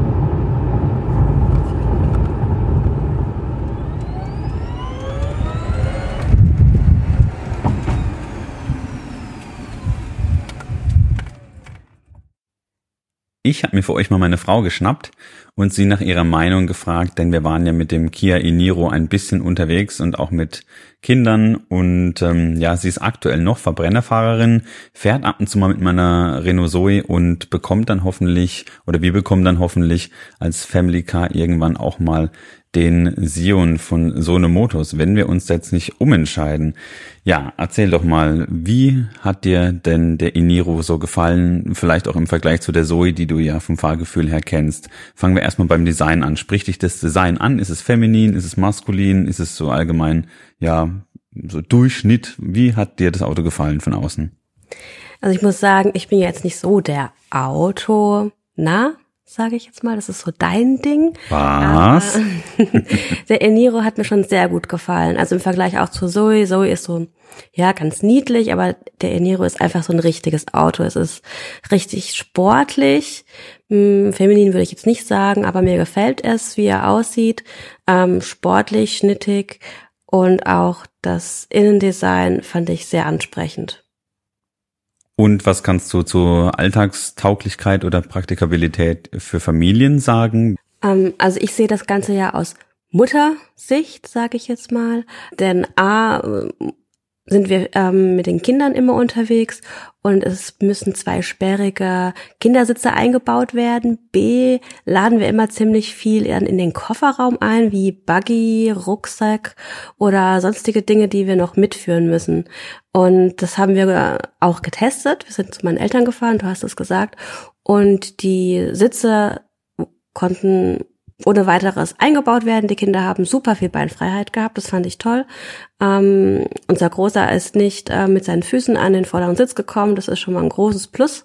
Ich habe mir für euch mal meine Frau geschnappt und sie nach ihrer Meinung gefragt, denn wir waren ja mit dem Kia e-Niro ein bisschen unterwegs und auch mit Kindern und sie ist aktuell noch Verbrennerfahrerin, fährt ab und zu mal mit meiner Renault Zoe und bekommt dann hoffentlich, oder wir bekommen dann hoffentlich als Family Car irgendwann auch mal den Sion von Sono Motors, wenn wir uns jetzt nicht umentscheiden. Ja, erzähl doch mal, wie hat dir denn der Eniro so gefallen? Vielleicht auch im Vergleich zu der Zoe, die du ja vom Fahrgefühl her kennst. Fangen wir erstmal beim Design an. Spricht dich das Design an? Ist es feminin? Ist es maskulin? Ist es so allgemein, ja, so Durchschnitt? Wie hat dir das Auto gefallen von außen? Also ich muss sagen, ich bin jetzt nicht so der Auto-nah, sage ich jetzt mal. Das ist so dein Ding. Was? Der Eniro hat mir schon sehr gut gefallen. Also im Vergleich auch zur Zoe. Zoe ist so, ja, ganz niedlich, aber der Eniro ist einfach so ein richtiges Auto. Es ist richtig sportlich. Feminin würde ich jetzt nicht sagen, aber mir gefällt es, wie er aussieht. Sportlich, schnittig und auch das Innendesign fand ich sehr ansprechend. Und was kannst du zur Alltagstauglichkeit oder Praktikabilität für Familien sagen? Also ich sehe das Ganze ja aus Muttersicht, sage ich jetzt mal. Denn sind wir mit den Kindern immer unterwegs und es müssen 2 sperrige Kindersitze eingebaut werden. B, laden wir immer ziemlich viel in den Kofferraum ein, wie Buggy, Rucksack oder sonstige Dinge, die wir noch mitführen müssen. Und das haben wir auch getestet. Wir sind zu meinen Eltern gefahren, du hast es gesagt. Und die Sitze konnten ohne weiteres eingebaut werden. Die Kinder haben super viel Beinfreiheit gehabt, das fand ich toll. Unser Großer ist nicht mit seinen Füßen an den vorderen Sitz gekommen, das ist schon mal ein großes Plus.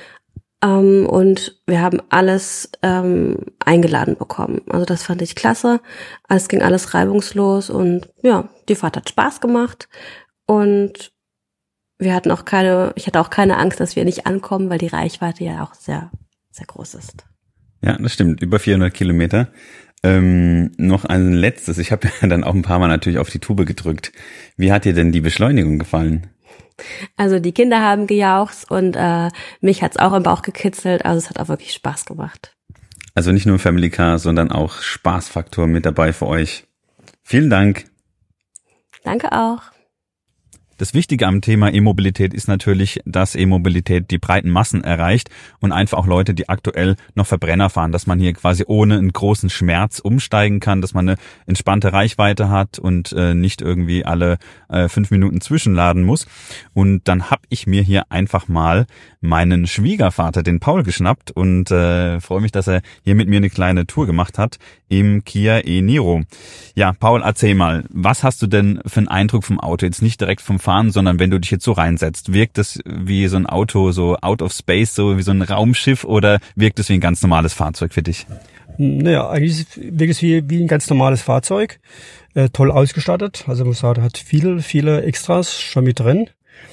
Und wir haben alles eingeladen bekommen. Also das fand ich klasse. Es ging alles reibungslos und ja, die Fahrt hat Spaß gemacht. Und ich hatte auch keine Angst, dass wir nicht ankommen, weil die Reichweite ja auch sehr, sehr groß ist. Ja, das stimmt. Über 400 Kilometer. Noch ein letztes. Ich habe ja dann auch ein paar Mal natürlich auf die Tube gedrückt. Wie hat dir denn die Beschleunigung gefallen? Also die Kinder haben gejauchzt und mich hat's auch im Bauch gekitzelt. Also es hat auch wirklich Spaß gemacht. Also nicht nur Family Car, sondern auch Spaßfaktor mit dabei für euch. Vielen Dank. Danke auch. Das Wichtige am Thema E-Mobilität ist natürlich, dass E-Mobilität die breiten Massen erreicht und einfach auch Leute, die aktuell noch Verbrenner fahren, dass man hier quasi ohne einen großen Schmerz umsteigen kann, dass man eine entspannte Reichweite hat und nicht irgendwie alle 5 Minuten zwischenladen muss. Und dann habe ich mir hier einfach mal meinen Schwiegervater, den Paul, geschnappt und freue mich, dass er hier mit mir eine kleine Tour gemacht hat im Kia e-Niro. Ja, Paul, erzähl mal, was hast du denn für einen Eindruck vom Auto? Jetzt nicht direkt vom Fahren, sondern wenn du dich jetzt so reinsetzt, wirkt es wie so ein Auto, so out of space, so wie so ein Raumschiff, oder wirkt es wie ein ganz normales Fahrzeug für dich? Naja, eigentlich wirkt es wie ein ganz normales Fahrzeug, toll ausgestattet, also muss sagen, hat viele Extras schon mit drin,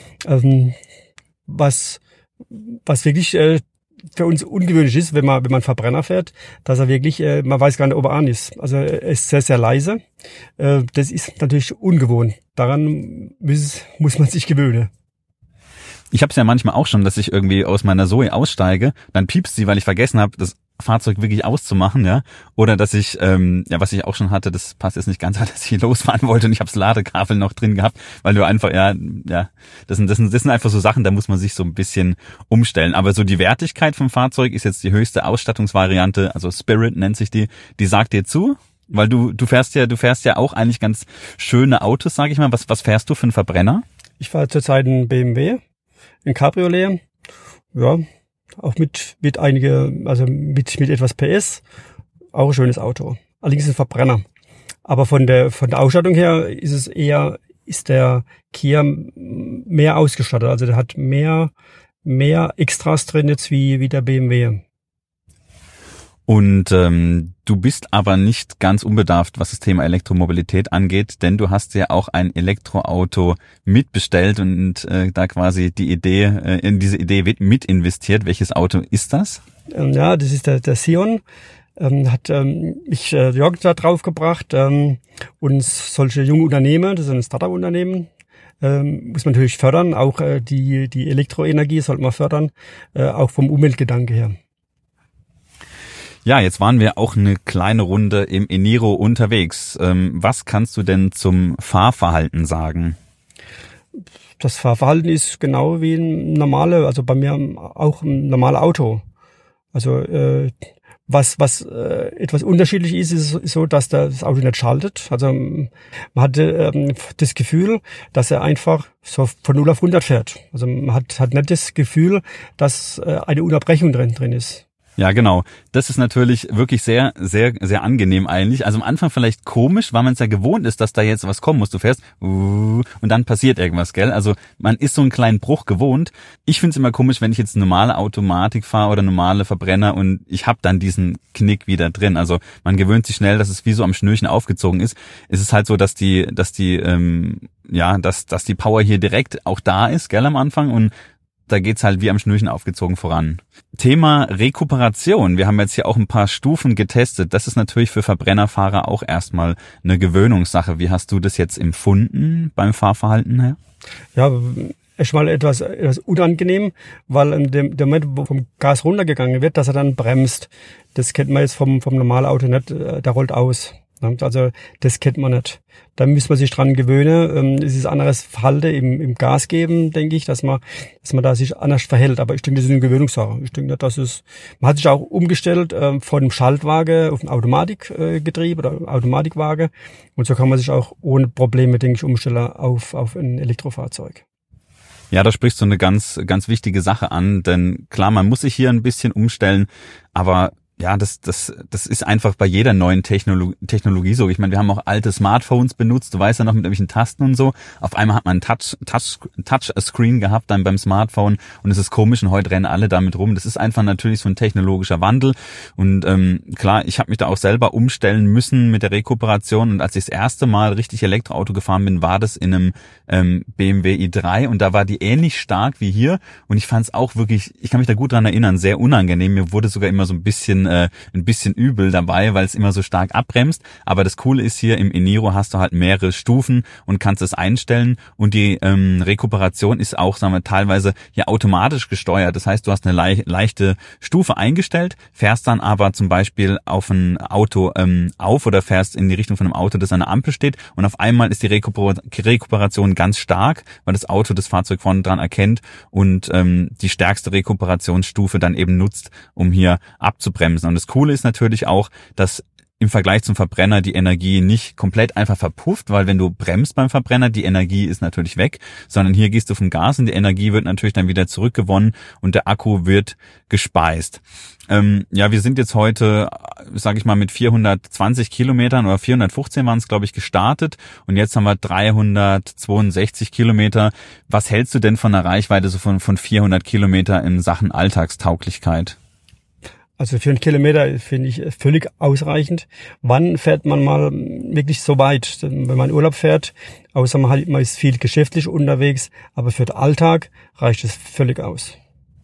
was wirklich für uns ungewöhnlich ist, wenn man Verbrenner fährt, dass er wirklich, man weiß gar nicht, ob er an ist. Also er ist sehr, sehr leise. Das ist natürlich ungewohnt. Daran muss man sich gewöhnen. Ich habe es ja manchmal auch schon, dass ich irgendwie aus meiner Zoe aussteige, dann piepst sie, weil ich vergessen habe, das Fahrzeug wirklich auszumachen, ja. Oder dass ich, was ich auch schon hatte, das passt jetzt nicht ganz, dass ich losfahren wollte und ich habe das Ladekabel noch drin gehabt, weil du einfach, das sind einfach so Sachen, da muss man sich so ein bisschen umstellen. Aber so die Wertigkeit vom Fahrzeug ist jetzt die höchste Ausstattungsvariante, also Spirit nennt sich die sagt dir zu? Weil du fährst ja auch eigentlich ganz schöne Autos, sag ich mal. Was fährst du für einen Verbrenner? Ich fahre zurzeit einen BMW, ein Cabriolet, ja, auch mit etwas PS, auch ein schönes Auto. Allerdings ein Verbrenner. Aber von der Ausstattung her ist der Kia mehr ausgestattet. Also der hat mehr Extras drin jetzt wie der BMW. Und du bist aber nicht ganz unbedarft, was das Thema Elektromobilität angeht, denn du hast ja auch ein Elektroauto mitbestellt und da quasi in diese Idee mit investiert. Welches Auto ist das? Ja, das ist der Sion. Hat mich Jörg da drauf gebracht. Und solche junge Unternehmen, das ist ein Startup-Unternehmen, muss man natürlich fördern. Auch die Elektroenergie sollte man fördern, auch vom Umweltgedanke her. Ja, jetzt waren wir auch eine kleine Runde im e-Niro unterwegs. Was kannst du denn zum Fahrverhalten sagen? Das Fahrverhalten ist genau wie ein normales, also bei mir auch ein normales Auto. Also Was etwas unterschiedlich ist so, dass das Auto nicht schaltet. Also man hatte das Gefühl, dass er einfach so von 0 auf 100 fährt. Also man hat nicht das Gefühl, dass eine Unterbrechung drin ist. Ja, genau. Das ist natürlich wirklich sehr, sehr, sehr angenehm eigentlich. Also am Anfang vielleicht komisch, weil man es ja gewohnt ist, dass da jetzt was kommen muss. Du fährst und dann passiert irgendwas, gell? Also man ist so einen kleinen Bruch gewohnt. Ich finde es immer komisch, wenn ich jetzt normale Automatik fahre oder normale Verbrenner und ich habe dann diesen Knick wieder drin. Also man gewöhnt sich schnell, dass es wie so am Schnürchen aufgezogen ist. Es ist halt so, dass die Power hier direkt auch da ist, gell, am Anfang, und da geht's halt wie am Schnürchen aufgezogen voran. Thema Rekuperation. Wir haben jetzt hier auch ein paar Stufen getestet. Das ist natürlich für Verbrennerfahrer auch erstmal eine Gewöhnungssache. Wie hast du das jetzt empfunden beim Fahrverhalten her? Ja, erstmal etwas unangenehm, weil der Moment, wo vom Gas runtergegangen wird, dass er dann bremst. Das kennt man jetzt vom normalen Auto nicht, der rollt aus. Also das kennt man nicht. Da muss man sich dran gewöhnen. Es ist anderes Verhalten im Gas geben, denke ich, dass man da sich anders verhält. Aber ich denke, das ist eine Gewöhnungssache. Ich denke, man hat sich auch umgestellt von dem Schaltwagen auf ein Automatikgetriebe oder Automatikwagen. Und so kann man sich auch ohne Probleme, denke ich, umstellen auf ein Elektrofahrzeug. Ja, da sprichst du eine ganz, ganz wichtige Sache an, denn klar, man muss sich hier ein bisschen umstellen, aber ja, das ist einfach bei jeder neuen Technologie so. Ich meine, wir haben auch alte Smartphones benutzt, du weißt ja noch, mit irgendwelchen Tasten und so. Auf einmal hat man ein Touchscreen gehabt dann beim Smartphone und es ist komisch und heute rennen alle damit rum. Das ist einfach natürlich so ein technologischer Wandel und klar, ich habe mich da auch selber umstellen müssen mit der Rekuperation und als ich das erste Mal richtig Elektroauto gefahren bin, war das in einem BMW i3 und da war die ähnlich stark wie hier und ich fand es auch wirklich, ich kann mich da gut dran erinnern, sehr unangenehm. Mir wurde sogar immer so ein bisschen übel dabei, weil es immer so stark abbremst. Aber das Coole ist hier, im Eniro hast du halt mehrere Stufen und kannst es einstellen. Und die Rekuperation ist auch, sagen wir, teilweise ja automatisch gesteuert. Das heißt, du hast eine leichte Stufe eingestellt, fährst dann aber zum Beispiel auf ein Auto auf oder fährst in die Richtung von einem Auto, das an der Ampel steht. Und auf einmal ist die Rekuperation ganz stark, weil das Auto das Fahrzeug vorne dran erkennt und die stärkste Rekuperationsstufe dann eben nutzt, um hier abzubremsen. Und das Coole ist natürlich auch, dass im Vergleich zum Verbrenner die Energie nicht komplett einfach verpufft, weil wenn du bremst beim Verbrenner, die Energie ist natürlich weg, sondern hier gehst du vom Gas und die Energie wird natürlich dann wieder zurückgewonnen und der Akku wird gespeist. Wir sind jetzt heute, sage ich mal, mit 420 Kilometern oder 415 waren es, glaube ich, gestartet und jetzt haben wir 362 Kilometer. Was hältst du denn von einer Reichweite so von 400 Kilometer in Sachen Alltagstauglichkeit? Also 400 Kilometer finde ich völlig ausreichend. Wann fährt man mal wirklich so weit? Wenn man Urlaub fährt, außer man ist viel geschäftlich unterwegs, aber für den Alltag reicht es völlig aus.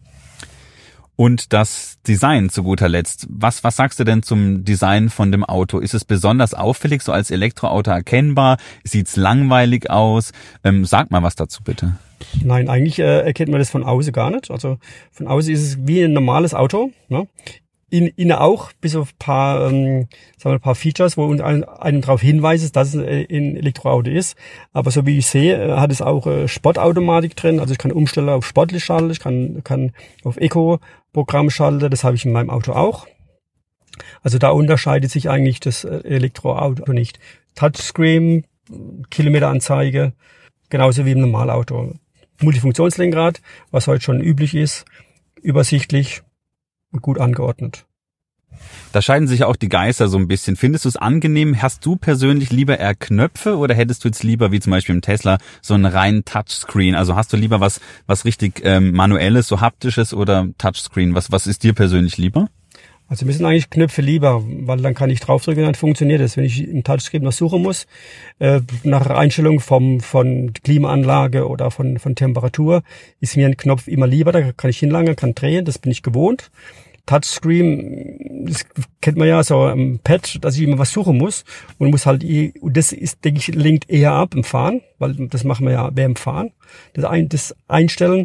Und das Design zu guter Letzt. Was sagst du denn zum Design von dem Auto? Ist es besonders auffällig, so als Elektroauto erkennbar? Sieht's langweilig aus? Sag mal was dazu bitte. Nein, eigentlich erkennt man das von außen gar nicht. Also von außen ist es wie ein normales Auto, ne? Innen auch, bis auf ein paar Features, wo einen darauf hinweist, dass es ein Elektroauto ist. Aber so wie ich sehe, hat es auch Sportautomatik drin. Also ich kann umstellen auf sportlich schalten, ich kann auf Eco-Programm schalten. Das habe ich in meinem Auto auch. Also da unterscheidet sich eigentlich das Elektroauto nicht. Touchscreen, Kilometeranzeige, genauso wie im Normalauto. Multifunktionslenkrad, was heute schon üblich ist, übersichtlich und gut angeordnet. Da scheiden sich auch die Geister so ein bisschen. Findest du es angenehm? Hast du persönlich lieber eher Knöpfe oder hättest du jetzt lieber, wie zum Beispiel im Tesla, so einen reinen Touchscreen? Also hast du lieber was richtig Manuelles, so haptisches oder Touchscreen? Was ist dir persönlich lieber? Also mir sind eigentlich Knöpfe lieber, weil dann kann ich draufdrücken und dann funktioniert es. Wenn ich im Touchscreen was suchen muss, nach Einstellung von Klimaanlage oder von Temperatur, ist mir ein Knopf immer lieber. Da kann ich hinlangen, kann drehen, das bin ich gewohnt. Touchscreen, das kennt man ja so am Pad, dass ich immer was suchen muss und muss halt, und das ist, denke ich, lenkt eher ab im Fahren, weil das machen wir ja während dem Fahren, das Einstellen.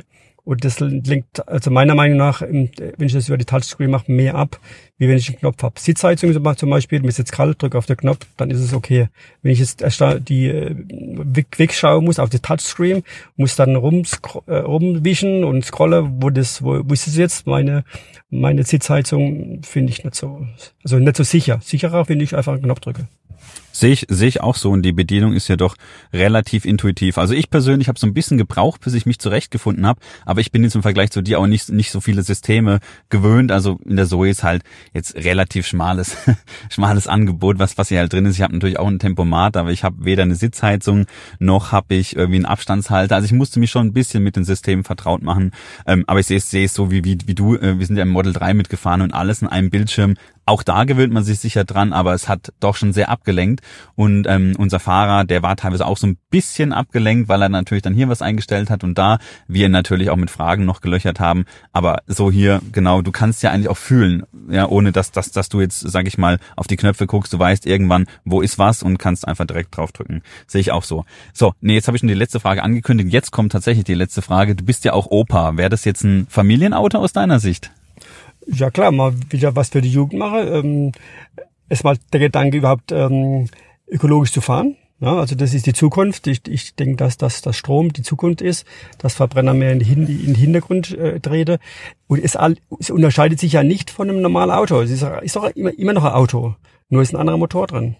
Und das lenkt, also meiner Meinung nach, wenn ich das über die Touchscreen mache, mehr ab, wie wenn ich einen Knopf habe. Sitzheizung zum Beispiel, mir ist jetzt kalt, drücke auf den Knopf, dann ist es okay. Wenn ich jetzt erst die wegschauen muss auf die Touchscreen, muss dann rumwischen und scrollen, wo ist es jetzt? Meine Sitzheizung finde ich nicht so sicher. Sicherer finde ich einfach einen Knopf drücke. Sehe ich auch so, und die Bedienung ist ja doch relativ intuitiv. Also ich persönlich habe so ein bisschen gebraucht, bis ich mich zurechtgefunden habe, aber ich bin jetzt im Vergleich zu dir auch nicht so viele Systeme gewöhnt. Also in der Zoe ist halt jetzt relativ schmales Angebot, was hier halt drin ist. Ich habe natürlich auch ein Tempomat, aber ich habe weder eine Sitzheizung noch habe ich irgendwie einen Abstandshalter. Also ich musste mich schon ein bisschen mit den Systemen vertraut machen, aber ich sehe es so wie du. Wir sind ja im Model 3 mitgefahren und alles in einem Bildschirm. Auch da gewöhnt man sich sicher dran, aber es hat doch schon sehr abgelenkt. Und unser Fahrer, der war teilweise auch so ein bisschen abgelenkt, weil er natürlich dann hier was eingestellt hat und da wir natürlich auch mit Fragen noch gelöchert haben. Aber so hier, genau, du kannst ja eigentlich auch fühlen, ja, ohne dass du jetzt, sag ich mal, auf die Knöpfe guckst. Du weißt irgendwann, wo ist was, und kannst einfach direkt draufdrücken. Sehe ich auch so. So, jetzt habe ich schon die letzte Frage angekündigt. Jetzt kommt tatsächlich die letzte Frage. Du bist ja auch Opa. Wäre das jetzt ein Familienauto aus deiner Sicht? Ja klar, mal wieder was für die Jugend mache. Erstmal der Gedanke überhaupt ökologisch zu fahren. Ja, also das ist die Zukunft. Ich denke, dass das Strom die Zukunft ist, dass Verbrenner mehr in den Hintergrund treten. Und es unterscheidet sich ja nicht von einem normalen Auto. Es ist doch immer noch ein Auto, nur ist ein anderer Motor drin.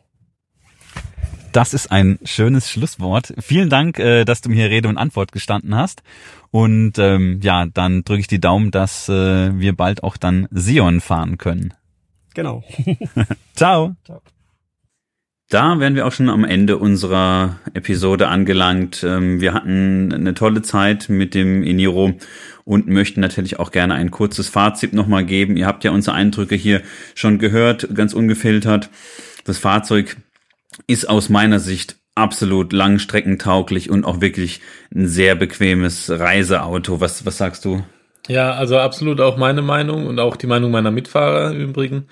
Das ist ein schönes Schlusswort. Vielen Dank, dass du mir hier Rede und Antwort gestanden hast. Und dann drücke ich die Daumen, dass wir bald auch dann Sion fahren können. Genau. Ciao. Ciao. Da wären wir auch schon am Ende unserer Episode angelangt. Wir hatten eine tolle Zeit mit dem Eniro und möchten natürlich auch gerne ein kurzes Fazit nochmal geben. Ihr habt ja unsere Eindrücke hier schon gehört, ganz ungefiltert. Das Fahrzeug ist aus meiner Sicht absolut langstreckentauglich und auch wirklich ein sehr bequemes Reiseauto. Was sagst du? Ja, also absolut auch meine Meinung und auch die Meinung meiner Mitfahrer im Übrigen.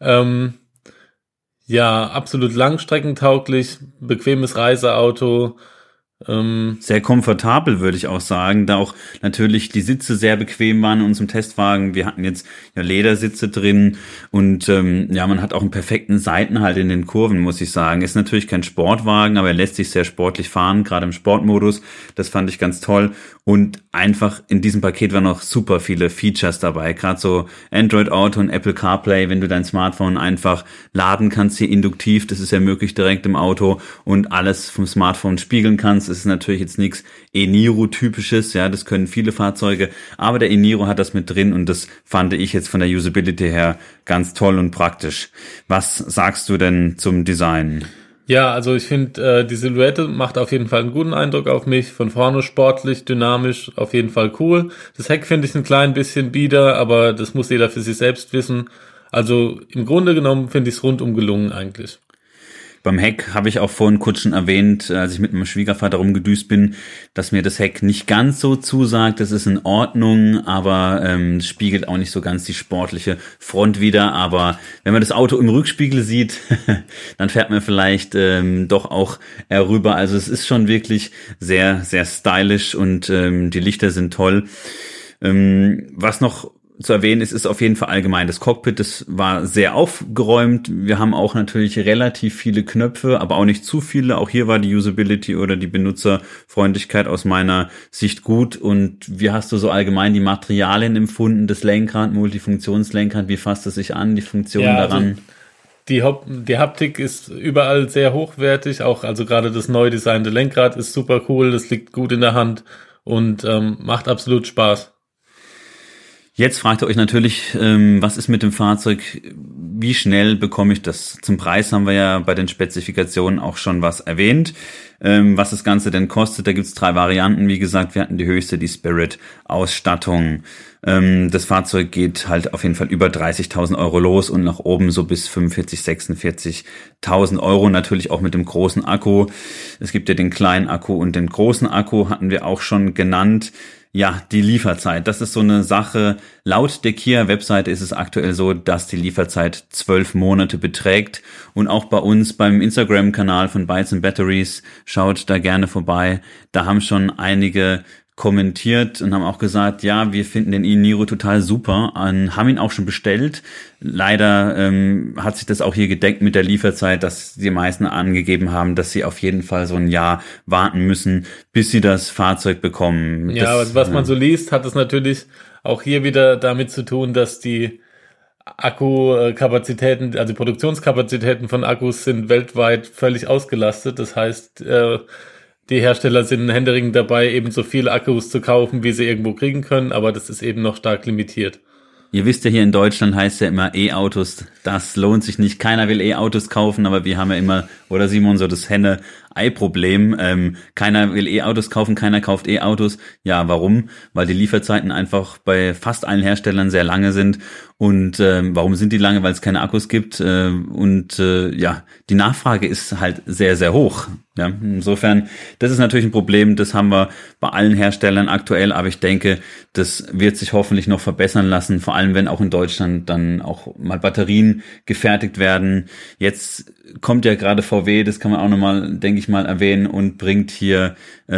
Ja, absolut langstreckentauglich, bequemes Reiseauto. Sehr komfortabel, würde ich auch sagen, da auch natürlich die Sitze sehr bequem waren in unserem Testwagen. Wir hatten jetzt ja Ledersitze drin und man hat auch einen perfekten Seitenhalt in den Kurven, muss ich sagen. Ist natürlich kein Sportwagen, aber er lässt sich sehr sportlich fahren, gerade im Sportmodus. Das fand ich ganz toll. Und einfach in diesem Paket waren noch super viele Features dabei, gerade so Android Auto und Apple CarPlay, wenn du dein Smartphone einfach laden kannst hier induktiv, das ist ja möglich direkt im Auto, und alles vom Smartphone spiegeln kannst. Das ist natürlich jetzt nichts Eniro-typisches, ja, das können viele Fahrzeuge, aber der Eniro hat das mit drin und das fand ich jetzt von der Usability her ganz toll und praktisch. Was sagst du denn zum Design? Ja, also ich finde, die Silhouette macht auf jeden Fall einen guten Eindruck auf mich. Von vorne sportlich, dynamisch, auf jeden Fall cool. Das Heck finde ich ein klein bisschen bieder, aber das muss jeder für sich selbst wissen. Also im Grunde genommen finde ich es rundum gelungen eigentlich. Beim Heck habe ich auch vorhin kurz schon erwähnt, als ich mit meinem Schwiegervater rumgedüst bin, dass mir das Heck nicht ganz so zusagt. Das ist in Ordnung, aber spiegelt auch nicht so ganz die sportliche Front wider. Aber wenn man das Auto im Rückspiegel sieht, dann fährt man vielleicht doch auch rüber. Also es ist schon wirklich sehr, sehr stylisch und die Lichter sind toll. Was noch zu erwähnen ist auf jeden Fall allgemein das Cockpit. Das war sehr aufgeräumt. Wir haben auch natürlich relativ viele Knöpfe, aber auch nicht zu viele. Auch hier war die Usability oder die Benutzerfreundlichkeit aus meiner Sicht gut. Und wie hast du so allgemein die Materialien empfunden? Das Lenkrad, Multifunktionslenkrad, wie fasst es sich an, die Funktion daran? Also die Haptik ist überall sehr hochwertig. Auch also gerade das neu designte Lenkrad ist super cool. Das liegt gut in der Hand und macht absolut Spaß. Jetzt fragt ihr euch natürlich, was ist mit dem Fahrzeug? Wie schnell bekomme ich das? Zum Preis haben wir ja bei den Spezifikationen auch schon was erwähnt. Was das Ganze denn kostet, da gibt's 3 Varianten. Wie gesagt, wir hatten die höchste, die Spirit-Ausstattung. Das Fahrzeug geht halt auf jeden Fall über 30.000 Euro los und nach oben so bis 45.000, 46.000 Euro. Natürlich auch mit dem großen Akku. Es gibt ja den kleinen Akku und den großen Akku, hatten wir auch schon genannt. Ja, die Lieferzeit, das ist so eine Sache. Laut der Kia-Webseite ist es aktuell so, dass die Lieferzeit 12 Monate beträgt. Und auch bei uns beim Instagram-Kanal von Bytes and Batteries, schaut da gerne vorbei. Da haben schon einige kommentiert und haben auch gesagt, ja, wir finden den eNiro total super, haben ihn auch schon bestellt. Leider hat sich das auch hier gedeckt mit der Lieferzeit, dass die meisten angegeben haben, dass sie auf jeden Fall so ein Jahr warten müssen, bis sie das Fahrzeug bekommen. Ja, das, was man so liest, hat es natürlich auch hier wieder damit zu tun, dass die Akkukapazitäten, also die Produktionskapazitäten von Akkus sind weltweit völlig ausgelastet. Das heißt, die Hersteller sind händeringend dabei, eben so viele Akkus zu kaufen, wie sie irgendwo kriegen können, aber das ist eben noch stark limitiert. Ihr wisst ja, hier in Deutschland heißt ja immer E-Autos, das lohnt sich nicht. Keiner will E-Autos kaufen, aber wir haben ja immer, oder Simon, so das Henne-Ei-Problem. Keiner will E-Autos kaufen, keiner kauft E-Autos. Ja, warum? Weil die Lieferzeiten einfach bei fast allen Herstellern sehr lange sind. Und warum sind die lange? Weil es keine Akkus gibt. Ja, die Nachfrage ist halt sehr, sehr hoch. Ja, insofern, das ist natürlich ein Problem. Das haben wir bei allen Herstellern aktuell. Aber ich denke, das wird sich hoffentlich noch verbessern lassen. Vor allem, wenn auch in Deutschland dann auch mal Batterien gefertigt werden. Jetzt kommt ja gerade VW, das kann man auch nochmal, denke ich mal, erwähnen und bringt hier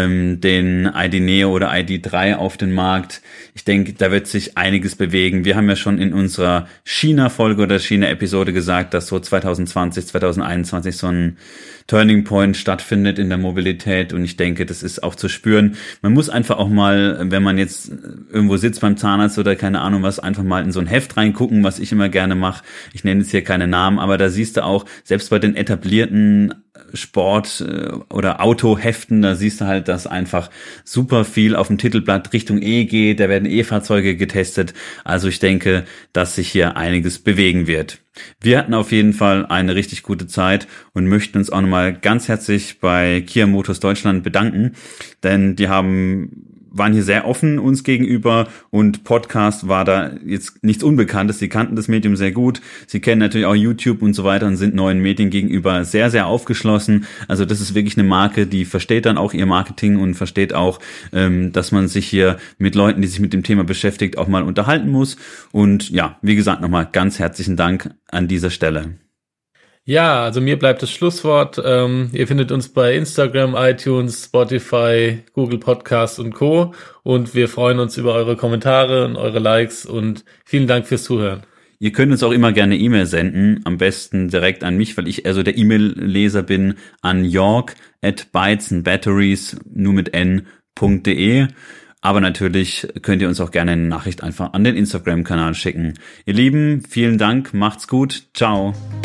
den ID Neo oder ID3 auf den Markt. Ich denke, da wird sich einiges bewegen. Wir haben ja schon in unserer China-Folge oder China-Episode gesagt, dass so 2020, 2021 so ein Turning Point stattfindet in der Mobilität und ich denke, das ist auch zu spüren. Man muss einfach auch mal, wenn man jetzt irgendwo sitzt beim Zahnarzt oder keine Ahnung was, einfach mal in so ein Heft reingucken, was ich immer gerne mache. Ich nenne jetzt hier keine Namen, aber da siehst du auch, selbst bei den etablierten Sport- oder Autoheften, da siehst du halt, dass einfach super viel auf dem Titelblatt Richtung E geht, da werden E-Fahrzeuge getestet, also ich denke, dass sich hier einiges bewegen wird. Wir hatten auf jeden Fall eine richtig gute Zeit und möchten uns auch nochmal ganz herzlich bei Kia Motors Deutschland bedanken, denn die waren hier sehr offen uns gegenüber und Podcast war da jetzt nichts Unbekanntes. Sie kannten das Medium sehr gut. Sie kennen natürlich auch YouTube und so weiter und sind neuen Medien gegenüber sehr, sehr aufgeschlossen. Also das ist wirklich eine Marke, die versteht dann auch ihr Marketing und versteht auch, dass man sich hier mit Leuten, die sich mit dem Thema beschäftigt, auch mal unterhalten muss. Und ja, wie gesagt, nochmal ganz herzlichen Dank an dieser Stelle. Ja, also mir bleibt das Schlusswort. Ihr findet uns bei Instagram, iTunes, Spotify, Google Podcasts und Co. Und wir freuen uns über eure Kommentare und eure Likes und vielen Dank fürs Zuhören. Ihr könnt uns auch immer gerne E-Mail senden, am besten direkt an mich, weil ich also der E-Mail-Leser bin, an york@bytesandbatteries nur mit n.de. Aber natürlich könnt ihr uns auch gerne eine Nachricht einfach an den Instagram-Kanal schicken. Ihr Lieben, vielen Dank, macht's gut, ciao.